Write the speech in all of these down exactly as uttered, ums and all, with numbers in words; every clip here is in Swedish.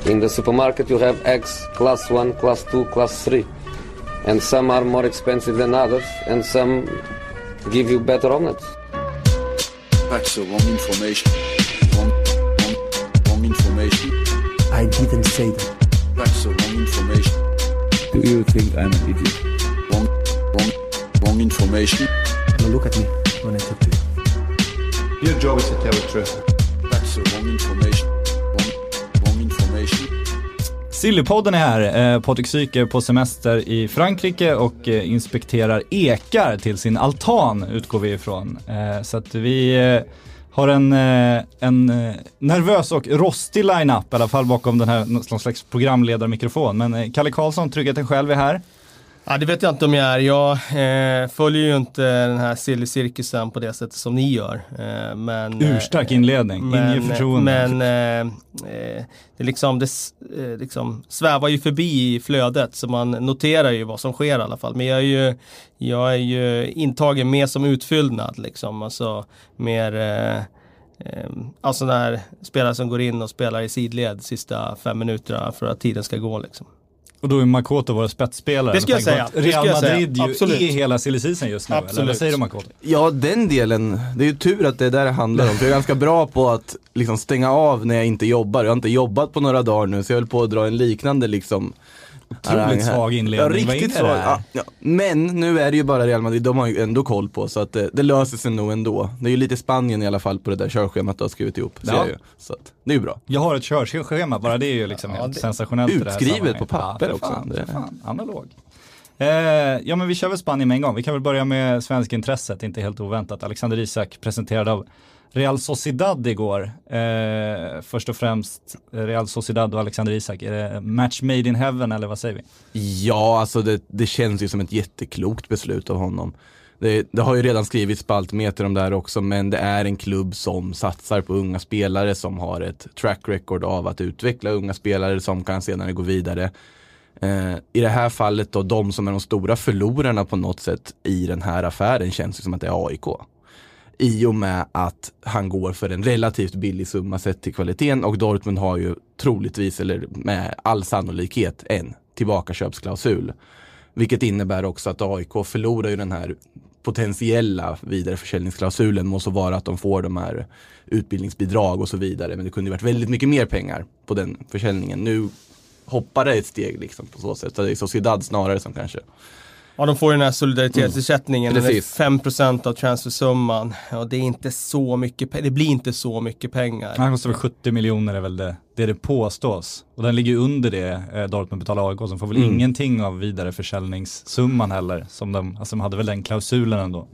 In the supermarket you have eggs class one, class two, class three. And some are more expensive than others, and some give you better omelets. That's the wrong information. Wrong, wrong, wrong information. I didn't say that. That's the wrong information. Do you think I'm an idiot? Wrong, wrong, wrong information. Now look at me when I talk to you. Your job is to tell the truth. That's the wrong information. Wrong, wrong information. Sillypodden är här. Eh, Patrik Syk är på semester i Frankrike och eh, inspekterar ekar till sin altan, utgår vi ifrån. Eh, så att vi eh, har en, eh, en eh, nervös och rostig line-up, i alla fall bakom den här någon slags programledarmikrofon. Men eh, Kalle Karlsson, Tryggheten själv är här. Ja, det vet jag inte om jag är. Jag eh, följer ju inte den här silly-cirkusen på det sättet som ni gör. Eh, men, Urstark inledning, men, ingen förtroende. Men eh, eh, det, liksom, det eh, liksom svävar ju förbi i flödet, så man noterar ju vad som sker i alla fall. Men jag är ju, jag är ju intagen mer som utfyllnad. Liksom. Alltså mer... Eh, eh, alltså när spelare som går in och spelar i sidled sista fem minuterna för att tiden ska gå liksom. Och då är Makoto våra spetsspelare. Det ska jag säga. Real Madrid ju Absolut. är hela silly season just nu. Absolut. Eller vad säger du, Makoto? Ja, den delen, det är ju tur att det är där det handlar om. För jag är ganska bra på att liksom stänga av när jag inte jobbar. Jag har inte jobbat på några dagar nu, så jag höll på att dra en liknande liksom... Otroligt svag inledning. Ja, riktigt svag. Ja, ja. Men nu är det ju bara Real Madrid, de har ju ändå koll på, så att det, det löser sig nog ändå. Det är ju lite Spanien i alla fall på det där körschemat du har skrivit ihop. Ja. Ju. Så att, det är ju bra. Jag har ett körschema, bara det är ju liksom ja, helt det, sensationellt. Utskrivet på papper ja, också. Fan, det. Fan, analog. Eh, ja, men vi kör väl Spanien med en gång. Vi kan väl börja med svenska intresset, inte helt oväntat. Alexander Isak presenterad av Real Sociedad igår. Eh, först och främst Real Sociedad och Alexander Isak. Är det match made in heaven eller vad säger vi? Ja, alltså det, det känns ju som ett jätteklokt beslut av honom. Det, det har ju redan skrivits på Altimeter om det här också, men det är en klubb som satsar på unga spelare, som har ett track record av att utveckla unga spelare som kan senare gå vidare. Eh, I det här fallet då, de som är de stora förlorarna på något sätt i den här affären känns det som att det är A I K. I och med att han går för en relativt billig summa sett till kvaliteten, och Dortmund har ju troligtvis, eller med all sannolikhet, en tillbakaköpsklausul. Vilket innebär också att A I K förlorar ju den här potentiella vidareförsäljningsklausulen, måste vara att de får de här utbildningsbidrag och så vidare. Men det kunde ju varit väldigt mycket mer pengar på den försäljningen. Nu hoppar det ett steg liksom på så sätt. Så det är Sociedad snarare som kanske... Ja, de får ju den här solidaritetsersättningen, mm. det är fem procent av transfersumman, och det är inte så mycket pe- det blir inte så mycket pengar. Han kostar väl sjuttio miljoner är väl det, det det påstås. Och den ligger under det eh, Dortmund betalar A I K, som får väl mm. ingenting av vidareförsäljningssumman heller, som de, alltså de hade väl den klausulen ändå.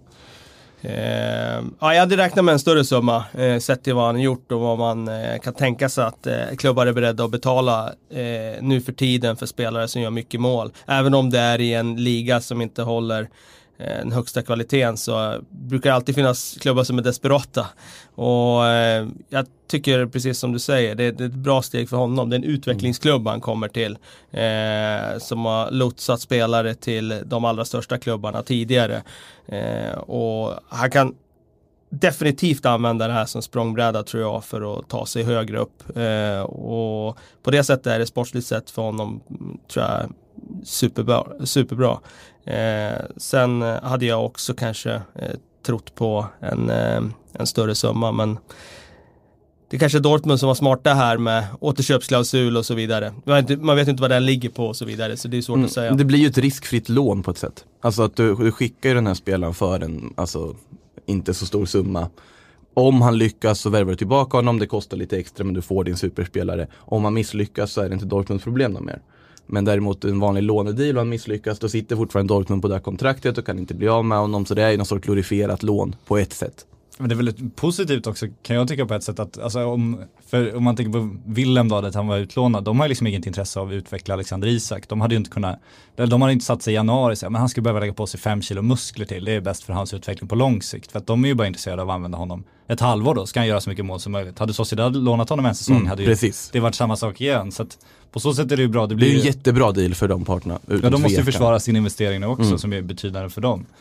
Eh, ja, jag hade räknat med en större summa eh, sett till vad han gjort och vad man eh, kan tänka sig att eh, klubbar är beredda att betala eh, nu för tiden för spelare som gör mycket mål. Även om det är i en liga som inte håller eh, den högsta kvaliteten, så brukar det alltid finnas klubbar som är desperata. Och eh, jag tycker precis som du säger, det är, det är ett bra steg för honom. Det är en utvecklingsklubb han kommer till, eh, som har lotsat spelare till de allra största klubbarna tidigare. Eh, och han kan definitivt använda det här som språngbräda, tror jag, för att ta sig högre upp. Eh, och på det sättet är det sportsligt sett för honom, tror jag, superbra. superbra. Eh, sen hade jag också kanske eh, trott på en, eh, en större summa, men det är kanske Dortmund som var smarta här med återköpsklausul och så vidare. Man vet, inte, man vet inte vad den ligger på och så vidare, så det är svårt mm, att säga. Det blir ju ett riskfritt lån på ett sätt. Alltså att du, du skickar ju den här spelaren för en, alltså, inte så stor summa. Om han lyckas så värvar du tillbaka honom, det kostar lite extra men du får din superspelare. Om han misslyckas så är det inte Dortmunds problem mer. Men däremot en vanlig lånedeal och han misslyckas, då sitter fortfarande Dortmund på det här kontraktet och kan inte bli av med honom, så det är ju någon sorts glorifierat lån på ett sätt. Men det är väldigt positivt också, kan jag tycka, på ett sätt att, alltså, om, för om man tänker på Willem då, att han var utlånad, de har liksom inget intresse av att utveckla Alexander Isak. De hade ju inte kunnat, de hade inte satt sig i januari så, men han skulle behöva lägga på sig fem kilo muskler till, det är bäst för hans utveckling på lång sikt, för att de är ju bara intresserade av att använda honom ett halvår, då ska han göra så mycket mål som möjligt. Hade Sociedad lånat honom en säsong mm, hade ju precis. Det varit samma sak igen, så att på så sätt är det ju bra. Det, blir det är ju en ju jättebra deal för de parterna. Ja, de måste ju försvara sin investering nu också, mm. som är betydande för dem.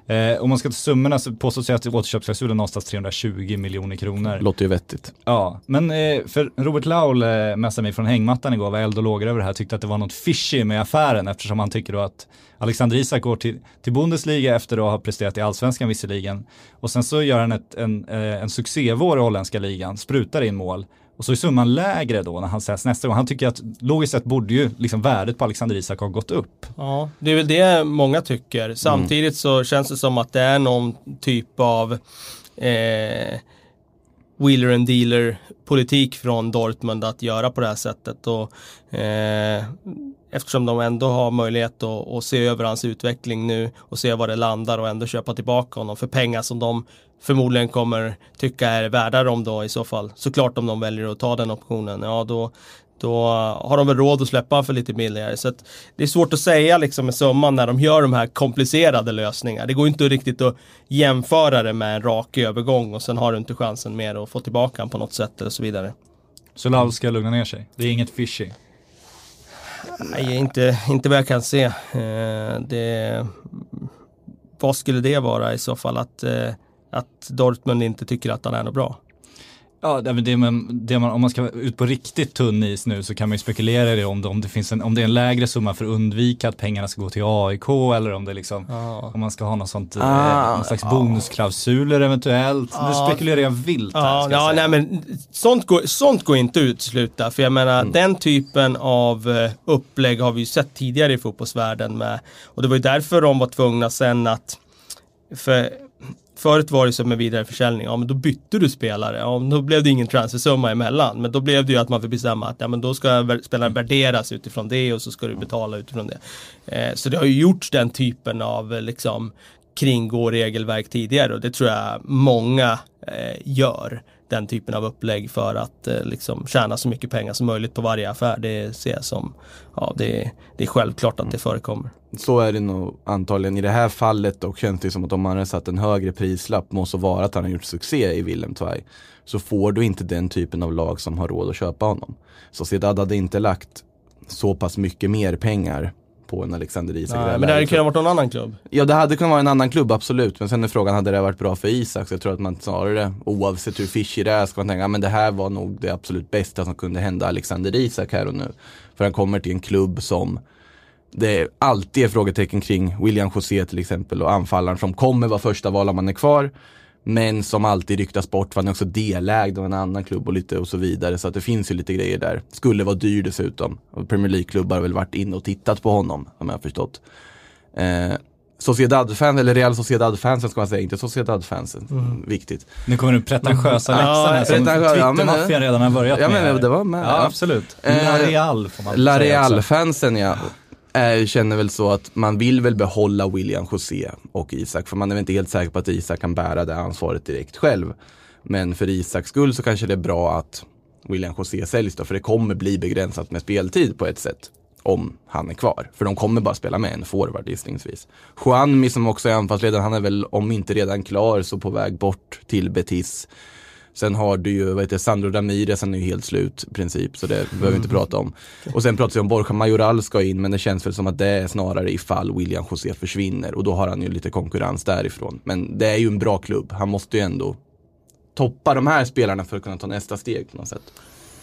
Eh, om man ska ta summorna så påstås att återköpsklausulen någonstans trehundratjugo miljoner kronor. Låter ju vettigt. Ja, men eh, för Robert Laul eh, mässade mig från hängmattan igår, var eld och lågor över det här, tyckte att det var något fishy med affären eftersom han tycker då att Alexander Isak går till, till Bundesliga efter att ha presterat i Allsvenskan visserligen. Och sen så gör han ett, en, eh, en succévår i holländska ligan, sprutar in mål. Och så är summan lägre då när han sägs nästa gång. Han tycker att logiskt sett borde ju liksom värdet på Alexander Isak ha gått upp. Ja, det är väl det många tycker. Samtidigt mm. så känns det som att det är någon typ av eh, wheeler and dealer politik från Dortmund att göra på det här sättet. Och, eh, eftersom de ändå har möjlighet att, att se över hans utveckling nu och se var det landar och ändå köpa tillbaka honom för pengar som de förmodligen kommer tycka är värda dem då i så fall. Såklart om de väljer att ta den optionen, ja då, då har de väl råd att släppa för lite billigare. Så att det är svårt att säga liksom med summan när de gör de här komplicerade lösningar. Det går inte riktigt att jämföra det med en rak övergång och sen har du inte chansen mer att få tillbaka den på något sätt eller så vidare. Så Laul ska lugna ner sig? Det är inget fishy? Nej, inte, inte vad jag kan se. Eh, det, vad skulle det vara i så fall? Att, eh, att Dortmund inte tycker att han är något bra? Ja, det, det man, det man, om man ska ut på riktigt tunn is nu så kan man ju spekulera i det om det, om det finns en, om det är en lägre summa för att undvika att pengarna ska gå till A I K eller om det liksom, ah. om man ska ha något sånt, ah, eh, någon slags ah. bonusklausuler eventuellt. Ah. Nu spekulerar jag vilt här, ah, ja, nej, men sånt går, sånt går inte att utsluta, för jag menar mm. den typen av uh, upplägg har vi ju sett tidigare i fotbollsvärlden med, och det var ju därför de var tvungna sen att för förut var det som med vidareförsäljning, ja men då bytte du spelare, ja då blev det ingen transfersumma emellan, men då blev det ju att man får bestämma att ja men då ska spelaren värderas utifrån det och så ska du betala utifrån det. Eh, så det har ju gjorts den typen av liksom kringgå regelverk tidigare, och det tror jag många eh, gör, den typen av upplägg för att eh, liksom tjäna så mycket pengar som möjligt på varje affär. Det ser jag som, ja det, det är självklart att det förekommer. Så är det nog antagligen i det här fallet, och känns det som att om man har satt en högre prislapp, måste vara att han har gjort succé i Willem Tvei, så får du inte den typen av lag som har råd att köpa honom. Så Sociedad hade inte lagt så pass mycket mer pengar på en Alexander Isak. Nej, men det hade kunnat varit någon annan klubb. Ja, det hade kunnat vara en annan klubb, absolut. Men sen är frågan, hade det varit bra för Isak? Så jag tror att man sa det, oavsett hur fishy det är, ska man tänka, ja, men det här var nog det absolut bästa som kunde hända Alexander Isak här och nu. För han kommer till en klubb som det är alltid är frågetecken kring, William José till exempel, och anfallaren som kommer vara första val om man är kvar, men som alltid ryktas bort för han är också delägd av en annan klubb och lite och så vidare, så att det finns ju lite grejer där. Skulle vara dyr dessutom, och Premier League-klubbar har väl varit in och tittat på honom, om jag har förstått. eh, Sociedad-fans, eller Real Sociedad-fansen ska man säga, inte Sociedad-fansen, mm. viktigt. Nu kommer du pretentiösa läxan här, som Twitter-maffian redan har börjat ja, med. Men det var med. Ja, absolut. La Real får man säga. La Real-fansen, ja. Jag känner väl så att man vill väl behålla William José och Isak, för man är väl inte helt säker på att Isak kan bära det ansvaret direkt själv. Men för Isaks skull så kanske det är bra att William José säljs då, för det kommer bli begränsat med speltid på ett sätt om han är kvar. För de kommer bara spela med en forward gissningsvis. Juanmi som också är anfallsledaren, han är väl om inte redan klar så på väg bort till Betis. Sen har du ju, vad heter Sandro Ramirez, han är ju helt slut i princip, så det behöver vi inte prata om. Och sen pratar vi om Borja Majoral ska in, men det känns väl som att det är snarare ifall William José försvinner, och då har han ju lite konkurrens därifrån. Men det är ju en bra klubb, han måste ju ändå toppa de här spelarna för att kunna ta nästa steg på något sätt.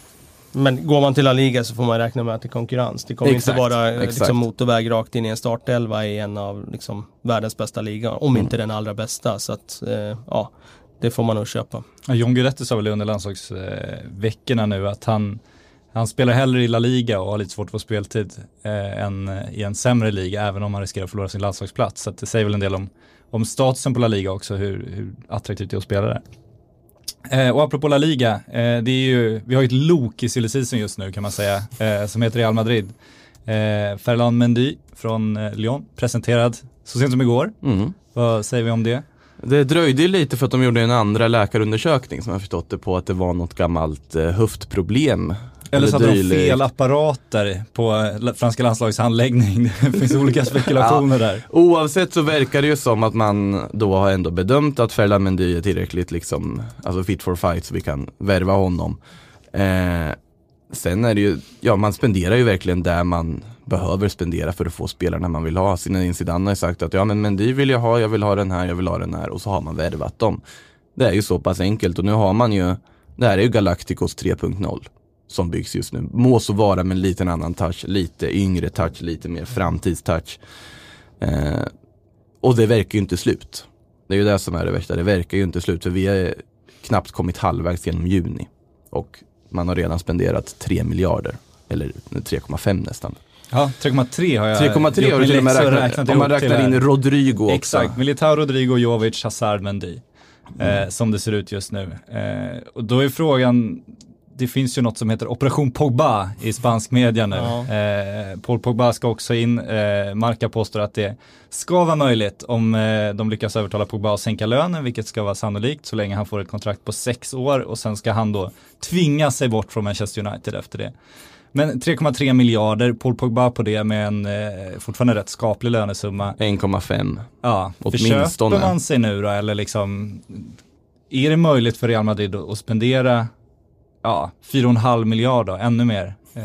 Men går man till La Liga så får man räkna med att det är konkurrens. Det kommer exakt, inte vara exakt. Liksom, motorväg rakt in i en startelva i en av liksom, världens bästa liga, om mm. inte den allra bästa. Så att, eh, ja, det får man nog köpa. Ja, John Guidetti sa väl under landslagsveckorna eh, nu att han, han spelar hellre i La Liga och har lite svårt att få speltid eh, än i en sämre liga, även om han riskerar att förlora sin landslagsplats. Så att det säger väl en del om, om statusen på La Liga också, hur, hur attraktivt det är att spela där. Eh, och apropå La Liga, eh, det är ju, vi har ju ett lok i silly season just nu kan man säga, eh, som heter Real Madrid. Eh, Ferland Mendy från eh, Lyon, presenterad så sent som igår. Mm. Vad säger vi om det? Det dröjde lite för att de gjorde en andra läkarundersökning som jag förstått det på, att det var något gammalt eh, höftproblem. Eller så hade de fel apparater på franska landslagets handläggning. Det finns olika spekulationer ja. där. Oavsett så verkar det ju som att man då har ändå bedömt att Ferland Mendy är tillräckligt liksom, alltså fit for fight, så vi kan värva honom. Eh, sen är det ju, ja man spenderar ju verkligen där man behöver spendera för att få spelarna man vill ha. Zinedine Zidane har sagt att ja men Mendy vill jag ha, jag vill ha den här, jag vill ha den här, och så har man värvat dem. Det är ju så pass enkelt, och nu har man ju, det här är ju Galacticos tre punkt noll som byggs just nu. Må så vara med en liten annan touch, lite yngre touch, lite mer framtidstouch. Eh, och det verkar ju inte slut. Det är ju det som är det värsta, det verkar ju inte slut, för vi har knappt kommit halvvägs genom juni. Och man har redan spenderat tre miljarder, eller tre komma fem nästan. Ja, tre komma tre har jag tre komma tre har du till och med räknat, räknat om man räknar in Rodrigo också. Exakt, Militao, Rodrigo, Jovic, Hazard, Mendy. Mm. Eh, som det ser ut just nu. Eh, och då är frågan, det finns ju något som heter Operation Pogba i spansk media nu. Ja. Eh, Paul Pogba ska också in. Eh, Marca påstår att det ska vara möjligt om eh, de lyckas övertala Pogba att sänka lönen, vilket ska vara sannolikt så länge han får ett kontrakt på sex år, och sen ska han då tvinga sig bort från Manchester United efter det. Men tre komma tre miljarder, Paul Pogba på det med en eh, fortfarande rätt skaplig lönesumma. en komma fem. Ja, köper man sig nu då, eller liksom är det möjligt för Real Madrid att spendera ja, fyra komma fem miljarder, ännu mer eh,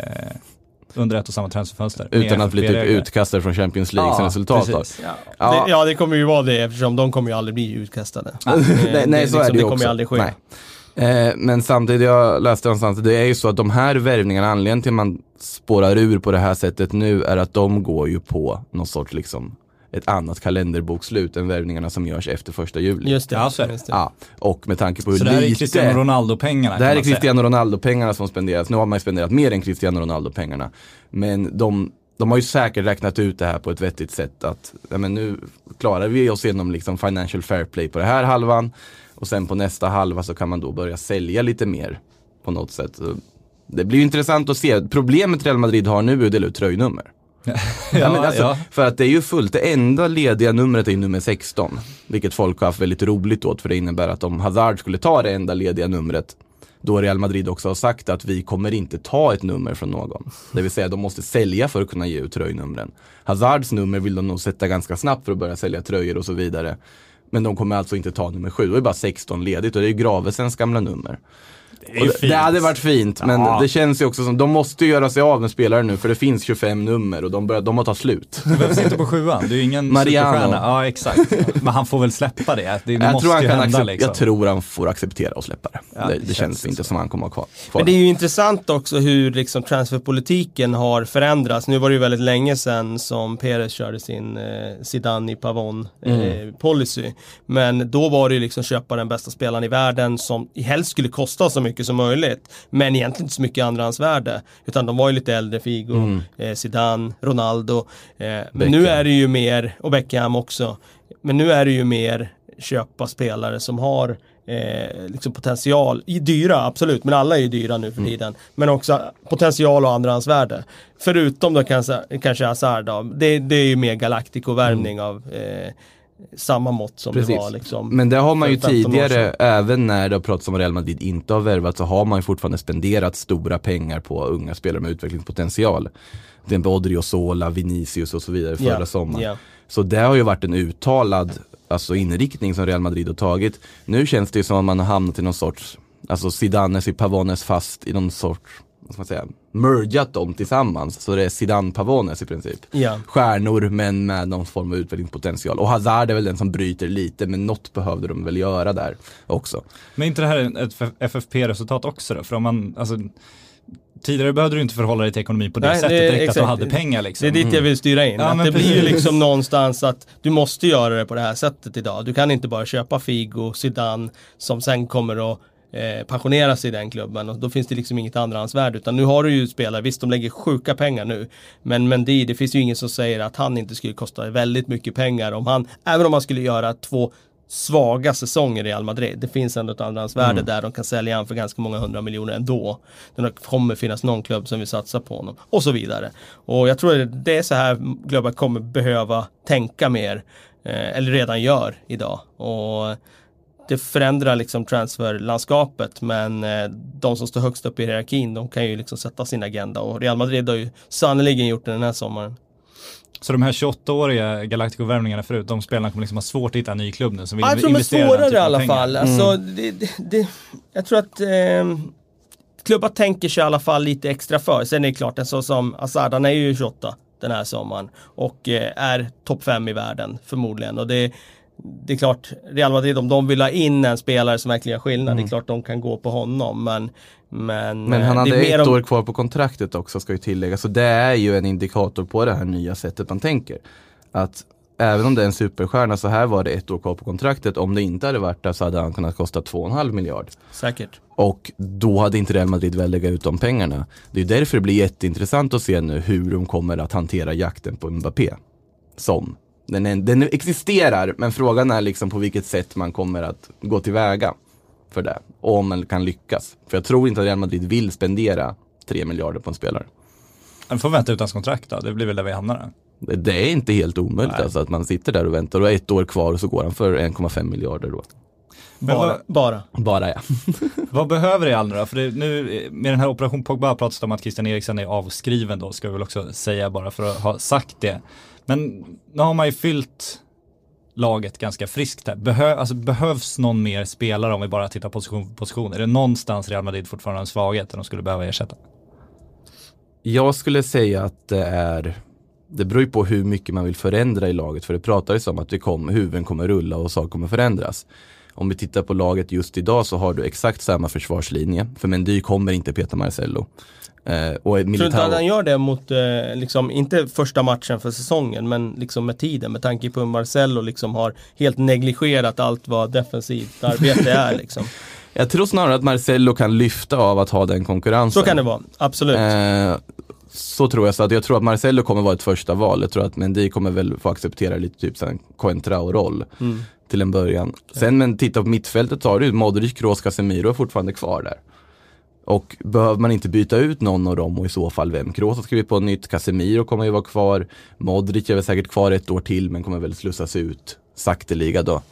under ett och samma transferfönster. Utan att bli typ utkastade från Champions League som ja, resultat. Ja. Ja. Det, ja, det kommer ju vara det, eftersom de kommer ju aldrig bli utkastade. Ja. nej, nej, så det, är det, det ju kommer också. ju aldrig ske. Nej. Eh, men samtidigt, jag läste någonstans, det är ju så att de här värvningarna, anledningen till att man spårar ur på det här sättet nu, är att de går ju på någon sorts liksom ett annat kalenderbokslut än värvningarna som görs efter första juli. Just det, ja, så är det. Just det. Ja, och med tanke på hur så lite... det här är Cristiano Ronaldo-pengarna. Det här är Cristiano Ronaldo-pengarna som spenderas. Nu har man ju spenderat mer än Cristiano Ronaldo-pengarna. Men de, de har ju säkert räknat ut det här på ett vettigt sätt. Att ja, men nu klarar vi oss genom liksom financial fair play på det här halvan. Och sen på nästa halva så kan man då börja sälja lite mer på något sätt. Det blir ju intressant att se. Problemet Real Madrid har nu är att dela ut tröjnummer. ja, ja, men alltså, ja. För att det är ju fullt. Det enda lediga numret är nummer sexton. Vilket folk har haft väldigt roligt åt. För det innebär att om Hazard skulle ta det enda lediga numret, då Real Madrid också har sagt att vi kommer inte ta ett nummer från någon. Det vill säga de måste sälja för att kunna ge ut tröjnumren. Hazards nummer vill de nog sätta ganska snabbt för att börja sälja tröjor och så vidare. Men de kommer alltså inte ta nummer sju. Det är bara sexton ledigt, och det är ju Gravesens gamla nummer. Det, är det, det hade varit fint, men ja. Det känns ju också som de måste göra sig av med spelare nu, för det finns tjugofem nummer och de, börjar, de har tagit slut. Det behövs inte på sjuan, det är ju ingen superstjärna. Ja, exakt. Men han får väl släppa det. Det, det jag, måste tror han ju kan hända, accept- liksom. jag tror han får acceptera och släppa det. Ja, det, det, det känns inte så. Som han kommer att ha kvar. Men det är ju intressant också hur liksom transferpolitiken har förändrats. Nu var det ju väldigt länge sedan som Perez körde sin eh, Zidane i Pavon eh, mm. policy. Men då var det ju liksom köpa den bästa spelaren i världen som helst skulle kosta så mycket som möjligt. Men egentligen inte så mycket andrahandsvärde. Utan de var ju lite äldre, Figo, mm. eh, Zidane, Ronaldo. Eh, men nu är det ju mer, och Beckham också. Men nu är det ju mer köpa spelare som har eh, liksom potential. I dyra, absolut. Men alla är ju dyra nu för mm. tiden. Men också potential och andrahandsvärde. Förutom då kanske, kanske Hazard då. Det, det är ju mer Galactico-värvning mm. av... Eh, samma mått som Precis. Det var liksom. Men det har man ju tidigare, även när det har pratats om Real Madrid inte har värvat, så har man ju fortfarande spenderat stora pengar på unga spelare med utvecklingspotential. Det är Odriozola, Vinicius och så vidare förra yeah. sommaren. Yeah. Så det har ju varit en uttalad alltså inriktning som Real Madrid har tagit. Nu känns det ju som att man har hamnat i någon sorts, alltså Zidanes i Pavones fast i någon sorts, vad ska man säga, mergat dem tillsammans. Så det är Zidane Pavones i princip. Ja. Stjärnor men med någon form av utvecklingspotential. Och Hazard är väl den som bryter lite, men något behövde de väl göra där också. Men inte det här ett F F P-resultat också då? För om man, alltså, tidigare behövde du inte förhålla dig till ekonomi på det Nej, sättet det, direkt exakt. Att du hade pengar liksom. Det är dit mm. jag vill styra in. Ja, att det blir ju liksom någonstans att du måste göra det på det här sättet idag. Du kan inte bara köpa Figo, Zidane som sen kommer att Eh, pensionera sig i den klubben, och då finns det liksom inget andrahandsvärde, utan nu har du ju spelare, visst de lägger sjuka pengar nu, men Mendy, det finns ju ingen som säger att han inte skulle kosta väldigt mycket pengar om han, även om han skulle göra två svaga säsonger i Real Madrid. Det finns ändå ett andrahandsvärde mm. där de kan sälja han för ganska många hundra miljoner ändå. Det kommer finnas någon klubb som vill satsa på honom och så vidare. Och jag tror att det är så här klubbar kommer behöva tänka mer, eh, eller redan gör idag. Och det förändrar liksom transferlandskapet, men eh, de som står högst upp i hierarkin, de kan ju liksom sätta sin agenda, och Real Madrid har ju sannoliken gjort det den här sommaren. Så de här tjugoåtta-åriga Galactico-värvningarna förut, de spelarna kommer liksom ha svårt att hitta en ny klubb nu som vill ja, investera de är svårare i alla pengar. fall. Alltså, mm. det, det, det, jag tror att eh, klubbar tänker sig i alla fall lite extra för. Sen är det klart, en så som Hazard, han är ju tjugoåtta. den här sommaren och eh, är topp fem i världen förmodligen. Och det, det är klart, Real Madrid, om de vill ha in en spelare som verkligen gör skillnad, mm. det är klart de kan gå på honom, men Men, men han hade ett om... år kvar på kontraktet också, ska ju tillägga. Så det är ju en indikator på det här nya sättet man tänker. Att även om det är en superstjärna, så här var det ett år kvar på kontraktet. Om det inte hade varit där så hade han kunnat kosta två och en halv miljard. Säkert. Och då hade inte Real Madrid väl lägga ut de pengarna. Det är därför det blir jätteintressant att se nu hur de kommer att hantera jakten på Mbappé. Som. Den, är, den existerar, men frågan är liksom på vilket sätt man kommer att gå tillväga för det. Och om man kan lyckas. För jag tror inte att Real Madrid vill spendera tre miljarder på en spelare. Man får vänta ut hans kontrakt då, det blir väl där vi hamnar där. Det, det är inte helt omöjligt alltså, att man sitter där och väntar och ett år kvar och så går han för en komma fem miljarder då. Bara. Bara. Bara ja. Vad behöver Real nu då? För det, nu med den här operation Pogba pratas det om att Christian Eriksen är avskriven då, ska vi väl också säga bara för att ha sagt det. Men nu har man ju fyllt laget ganska friskt här. Behö, alltså, behövs någon mer spelare om vi bara tittar position för position? Är det någonstans Real Madrid fortfarande en svaghet där de skulle behöva ersätta? Jag skulle säga att det är, det beror ju på hur mycket man vill förändra i laget, för det pratar ju om att det kommer, huvuden kommer rulla och saker kommer förändras. Om vi tittar på laget just idag så har du exakt samma försvarslinje, för Mendy kommer inte peta Marcelo. Eh, och Militao... Tror du inte att han gör det mot, eh, liksom, inte första matchen för säsongen, men liksom med tiden, med tanke på hur Marcelo liksom har helt negligerat allt vad defensivt arbete är liksom. Jag tror snarare att Marcelo kan lyfta av att ha den konkurrensen. Så kan det vara, absolut. Eh, så tror jag, så att jag tror att Marcelo kommer vara ett första val. Jag tror att Mendy kommer väl få acceptera lite typ sån Coentrao-roll mm. till en början. Okay. Sen men titta på mittfältet, har du Modric, Kroos, Casemiro är fortfarande kvar där. Och behöver man inte byta ut någon av dem, och i så fall vem? Kroos ska vi på nytt, Casemiro kommer ju vara kvar, Modric är väl säkert kvar ett år till men kommer väl slussas ut sakteliga då.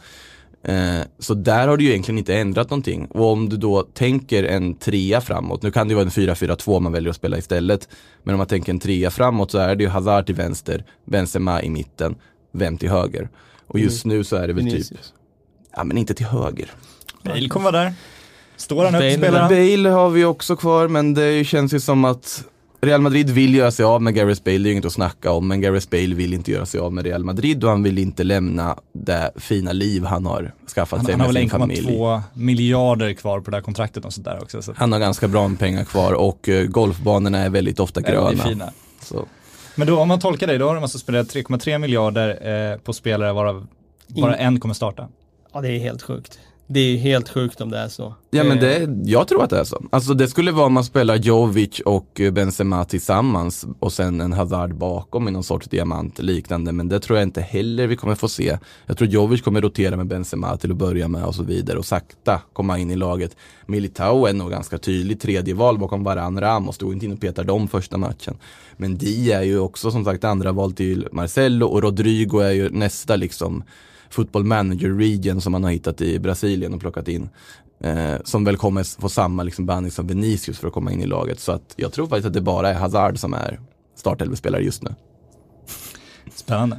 Eh, så där har du ju egentligen inte ändrat någonting. Och om du då tänker en trea framåt, nu kan det ju vara en fyra fyra två man väljer att spela istället, men om man tänker en trea framåt så är det ju Hazard till vänster, Benzema i mitten, vem till höger. Och just mm. nu så är det väl Vinicius. Typ, ja men inte till höger. Bale kommer vara där. Står han upp och spelar han? Bale har vi också kvar, men det känns ju som att Real Madrid vill göra sig av med Gareth Bale, det är ju inget att snacka om, men Gareth Bale vill inte göra sig av med Real Madrid och han vill inte lämna det fina liv han har skaffat han, sig han med har sin en komma familj. två miljarder kvar på det här kontraktet och sådär också. Så. Han har ganska bra med pengar kvar och uh, golfbanorna är väldigt ofta gröna. Ja, fina. Så. Men då om man tolkar dig, då har de alltså spelat tre komma tre miljarder eh, på spelare varav bara In... en kommer starta. Ja, det är helt sjukt. Det är helt sjukt om det är så. Ja, men det, jag tror att det är så. Alltså det skulle vara om man spelar Jovic och Benzema tillsammans och sen en Hazard bakom i någon sorts diamant liknande. Men det tror jag inte heller vi kommer få se. Jag tror Jovic kommer rotera med Benzema till att börja med och så vidare och sakta komma in i laget. Militao är nog ganska tydlig tredje val bakom Varane, Ramos, stod inte in och petar dem första matchen. Men Di är ju också som sagt andra val till Marcelo och Rodrigo är ju nästa liksom football manager region som man har hittat i Brasilien och plockat in. Eh, som väl kommer få samma liksom banding som Vinicius för att komma in i laget. Så att jag tror faktiskt att det bara är Hazard som är startelvespelare just nu. Spännande.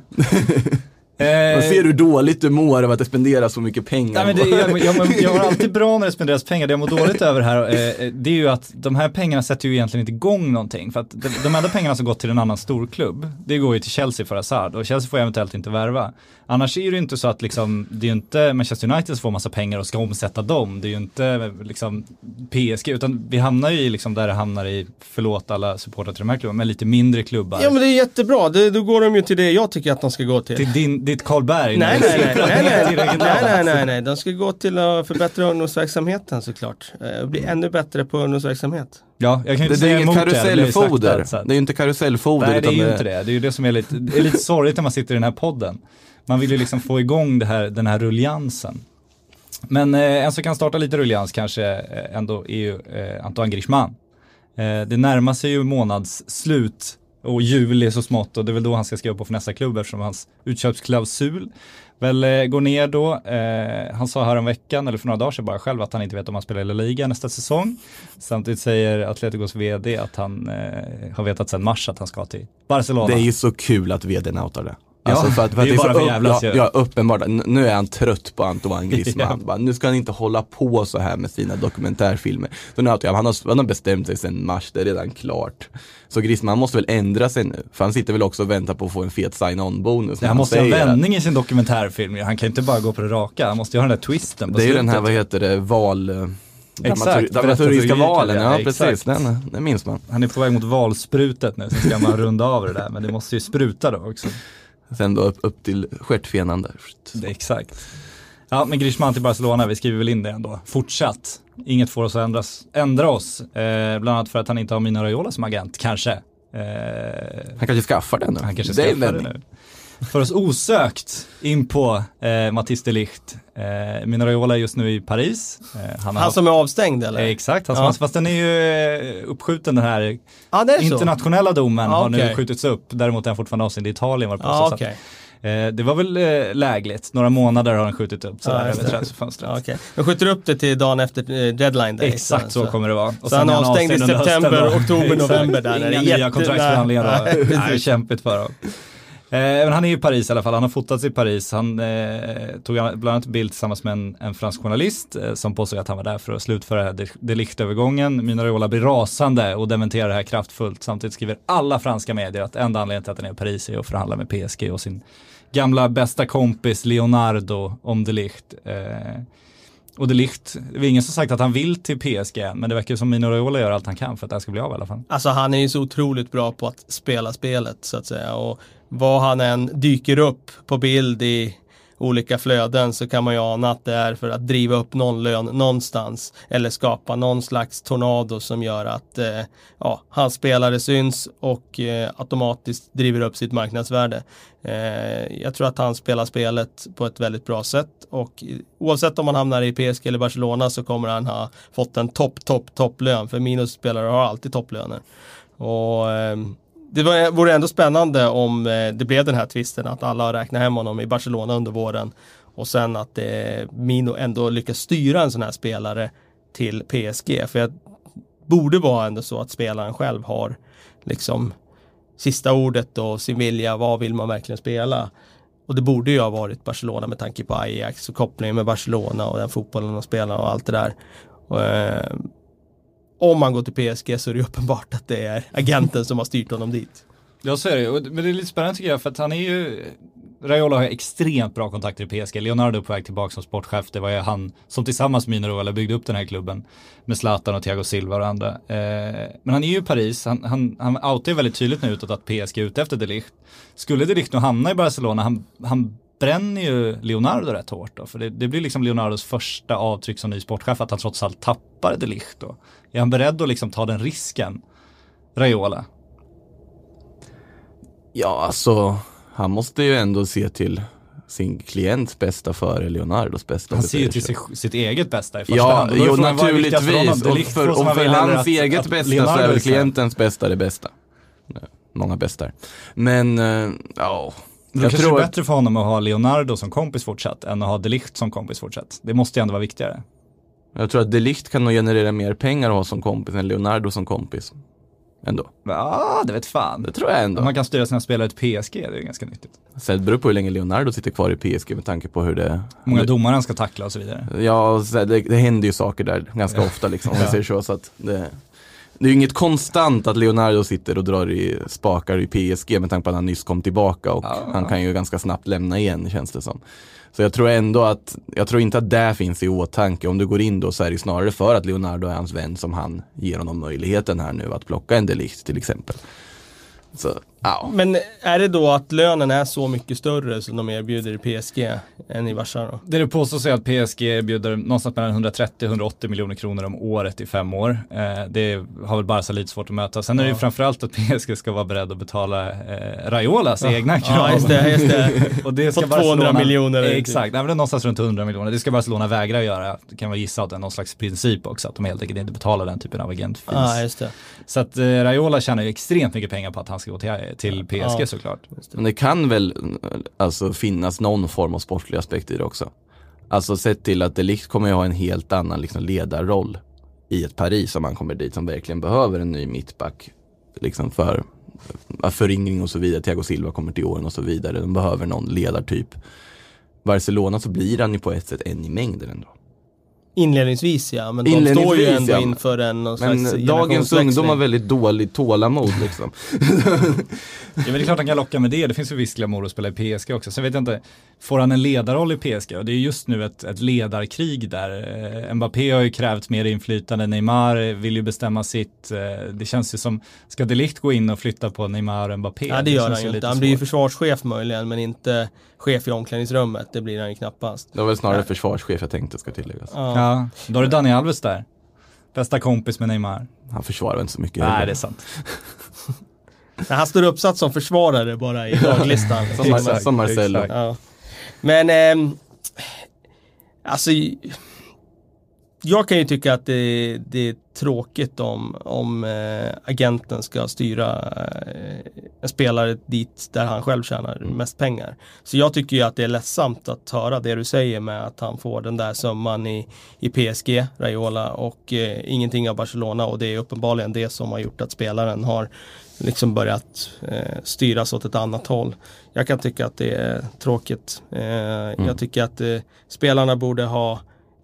Man ser hur dåligt du mår av att det spenderas så mycket pengar. Nej, men det, jag, jag, jag har alltid bra när det spenderas pengar. Det jag mår dåligt över här eh, det är ju att de här pengarna sätter ju egentligen inte igång någonting. För att de, de enda pengarna som gått till en annan storklubb, det går ju till Chelsea för Hazard. Och Chelsea får eventuellt inte värva. Annars är det ju inte så att liksom, det är ju inte Manchester United som får massa pengar och ska omsätta dem. Det är ju inte liksom P S G, utan vi hamnar ju liksom där det hamnar i, förlåt alla supportrar till de här klubbarna, men lite mindre klubbar. Ja, men det är jättebra. Det, då går de ju till det jag tycker att de ska gå till. Till din, ditt Karlberg. Nej, nej, nej, nej, nej, nej, nej, nej, nej, nej. De ska gå till att förbättra ungdomsverksamheten såklart. Och bli ännu bättre på ungdomsverksamhet. Ja, jag kan inte det, säga det är emot karusellfoder. det. Det, det är ju inte karusellfoder. Nej, det är ju det... inte det. Det är ju det som är lite, det är lite sorgligt när man sitter i den här podden. Man vill ju liksom få igång det här, den här rulliansen. Men eh, en som kan starta lite rullians kanske eh, ändå är ju eh, Antoine Griezmann. Eh, det närmar sig ju månads slut och jul är så smått och det är väl då han ska skriva på för nästa klubb eftersom hans utköpsklausul väl eh, går ner då. Eh, han sa här en veckan eller för några dagar sedan bara själv att han inte vet om han spelar i La Liga nästa säsong. Samtidigt säger Atleticos vd att han eh, har vetat sedan mars att han ska till Barcelona. Det är ju så kul att vdn outar det. Alltså Ja, för att, för att det är det är bara så för upp, jävlas ja, ju. ja, uppenbart. N- nu är han trött på Antoine Griezmann. Ja. Bara, nu ska han inte hålla på så här med sina dokumentärfilmer. Så nu har han, har, han har bestämt sig sedan mars, det är redan klart. Så Griezmann måste väl ändra sig nu. För han sitter väl också och väntar på att få en fet sign-on-bonus. Han, han måste ha en vändning i sin dokumentärfilm. Han kan inte bara gå på det raka, han måste ju ha den där twisten på Det är ju slutet. den här, vad heter det, val... Exakt, dramaturgiska valen, ja, ja, precis, exakt. den, den minns man. Han är på väg mot valsprutet nu, så ska man runda av det där. Men det måste ju spruta då också. Sen då upp, upp till stjärtfenan där. Det är exakt. Ja, men Griezmann till Barcelona, vi skriver väl in det ändå. Fortsatt. Inget får oss att ändras, ändra oss. Eh, bland annat för att han inte har Mino Raiola som agent, kanske. Eh, Han kanske skaffar den nu. han kanske det är skaffar det väl- nu. För oss osökt in på eh, Matthis de Ligt. Eh, Mino Raiola är just nu i Paris. Eh, han har Han som är avstängd eller? Eh, exakt, han som Ja. har, fast den är ju eh, uppskjuten, den här Ja, det är så. internationella domen Ja, har nu okej. skjutits upp. Däremot är han fortfarande avstängd i Italien. Var det på Ja, så okej. sätt. Eh, det var väl eh, lägligt. Några månader har han skjutit upp sådär Ja, just över det. transferfönstret. Ja, okej. Jag skjuter upp det till dagen efter eh, deadline day. Exakt så, kommer det vara. Och Så han är är avstängd i under hösten september, då. oktober, Exakt. november där. när det Inga är nya jätte- kontraktsförhandlingar då. Nej, Nej, det är kämpigt för dem. Eh, men han är i Paris i alla fall, han har fotats i Paris. Han eh, tog bland annat bild tillsammans med en, en fransk journalist eh, som påstod att han var där för att slutföra de, de Ligt-övergången. Mino Raiola blir rasande och dementerar det här kraftfullt. Samtidigt skriver alla franska medier att enda anledningen till att han är i Paris är att förhandla med P S G och sin gamla bästa kompis Leonardo om de Ligt. Eh, och de Ligt, det är ingen som sagt att han vill till P S G, men det verkar som Mino Raiola gör allt han kan för att det här ska bli av i alla fall. Alltså han är ju så otroligt bra på att spela spelet så att säga, och vad han än dyker upp på bild i olika flöden så kan man ju ana att det är för att driva upp någon lön någonstans eller skapa någon slags tornado som gör att eh, ja, hans spelare syns och eh, automatiskt driver upp sitt marknadsvärde. Eh, jag tror att han spelar spelet på ett väldigt bra sätt och oavsett om han hamnar i P S G eller Barcelona så kommer han ha fått en topp, topp, topplön, för minusspelare har alltid topplöner. Och eh, det var, vore ändå spännande om eh, det blev den här twisten att alla räknar hem honom i Barcelona under våren och sen att eh, Mino ändå lyckas styra en sån här spelare till P S G, för det borde vara ändå så att spelaren själv har liksom sista ordet och sin vilja, vad vill man verkligen spela, och det borde ju ha varit Barcelona med tanke på Ajax och kopplingen med Barcelona och den fotbollen och spelarna och allt det där. Och, eh, om man går till P S G så är det uppenbart att det är agenten som har styrt honom dit. Ja, så är det ju. Men det är lite spännande tycker jag, för att han är ju, Raiola har extremt bra kontakter i P S G. Leonardo är på väg tillbaka som sportchef. Det var ju han som tillsammans med Mino Raiola byggde upp den här klubben med Zlatan och Thiago Silva och andra. Eh, men han är ju i Paris. Han, han, han outar väldigt tydligt nu utåt att P S G är ute efter de Ligt. Skulle de Ligt nu hamna i Barcelona, han, han bränner ju Leonardo rätt hårt då. För det, det blir liksom Leonardos första avtryck som ny sportchef, att han trots allt tappar de Ligt då. Är han beredd att liksom ta den risken, Raiola? Ja, alltså han måste ju ändå se till sin klients bästa före Leonardos bästa. Han ser ju till sig, sitt eget bästa i första Ja, hand. Och då jo får man vara viktigast för honom. naturligtvis. Det är Och lite för, så som och man för vill hellre hans att- eget att bästa Leonardo så är väl är så här. klientens bästa det bästa. Många bästar. Men, eh, ja. Det Jag kanske tror är att, bättre för honom att ha Leonardo som kompis fortsatt än att ha de Ligt som kompis fortsatt. Det måste ju ändå vara viktigare. jag tror att de Ligt kan nog generera mer pengar att ha som kompis än Leonardo som kompis. Ändå. Ja, det vet fan. Det tror jag Om ändå. man kan styra sina spelare till P S G, det är ganska nyttigt. Sen det beror på hur länge Leonardo sitter kvar i P S G med tanke på hur det... Hur många domare han ska tackla och så vidare. Ja, så det, det händer ju saker där ganska ofta liksom, om man säger så. Så att det, det är ju inget konstant att Leonardo sitter och drar i spakar i P S G med tanke på att han nyss kom tillbaka och Ja. han kan ju ganska snabbt lämna igen, känns det som. Så jag tror ändå att, jag tror inte att det finns i åtanke. Om du går in då så är det snarare för att Leonardo är hans vän som han ger honom möjligheten här nu att plocka en de Ligt till exempel. Så, ja. Men är det då att lönen är så mycket större som de erbjuder i P S G än i Barca då? Det det påstås är att P S G erbjuder någonstans mellan hundratrettio till hundraåttio miljoner kronor om året i fem år. Eh, det har väl Barca lite svårt att möta. Sen är det ju framförallt att P S G ska vara beredd att betala eh, Raiolas egna krav. Ja, just det, just det. Och det ska På tvåhundra miljoner. Eh, exakt, nej, men det är någonstans runt hundra miljoner. Det ska Barcelona vägra göra. Det kan man gissa att det är någon slags princip också, att de helt enkelt inte betalar den typen av agentfees. Ja, just det. Så att eh, Raiola tjänar ju extremt mycket pengar på att han ska gå till, till P S G Ja. såklart. Men det kan väl alltså finnas någon form av sportlig aspekt i det också. Alltså sett till att de Ligt kommer ju ha en helt annan liksom, ledarroll i ett Paris om man kommer dit som verkligen behöver en ny mittback liksom för föryngring och så vidare. Thiago Silva kommer till åren och så vidare. De behöver någon ledartyp. Barcelona så blir han ju på ett sätt en i mängden ändå. Inledningsvis ja, men de står ju ändå ja. inför en någon men slags dagens ungdom har väldigt dåligt tålamod liksom. Ja, men det är klart han kan locka med det. Det finns ju viss glamour att spela i P S G också. Sen vet jag inte, får han en ledarroll i P S G? Och det är just nu ett, ett ledarkrig där. Eh, Mbappé har ju krävt mer inflytande. Neymar vill ju bestämma sitt. Eh, det känns ju som, ska De Ligt gå in och flytta på Neymar och Mbappé? Ja, det gör det han ju inte. Han blir ju försvarschef möjligen, men inte chef i omklädningsrummet. Det blir han ju knappast. Det var väl snarare försvarschef jag tänkte ska tilläggas. Ja. Ja, då är det Dani Alves där. Bästa kompis med Neymar. Han försvarar inte så mycket. Nej, heller. det är sant. Nej, han står uppsatt som försvarare bara i laglistan. som, Mar- som Marcelo. Exakt. Ja. Men ehm, alltså jag kan ju tycka att det, det är tråkigt om, om äh, agenten ska styra äh, en spelare dit där han själv tjänar mm. mest pengar. Så jag tycker ju att det är ledsamt att höra det du säger med att han får den där summan i, i P S G, Raiola, och äh, ingenting av Barcelona, och det är uppenbarligen det som har gjort att spelaren har liksom börjat eh, styras åt ett annat håll. Jag kan tycka att det är tråkigt. Eh, mm. Jag tycker att eh, spelarna borde ha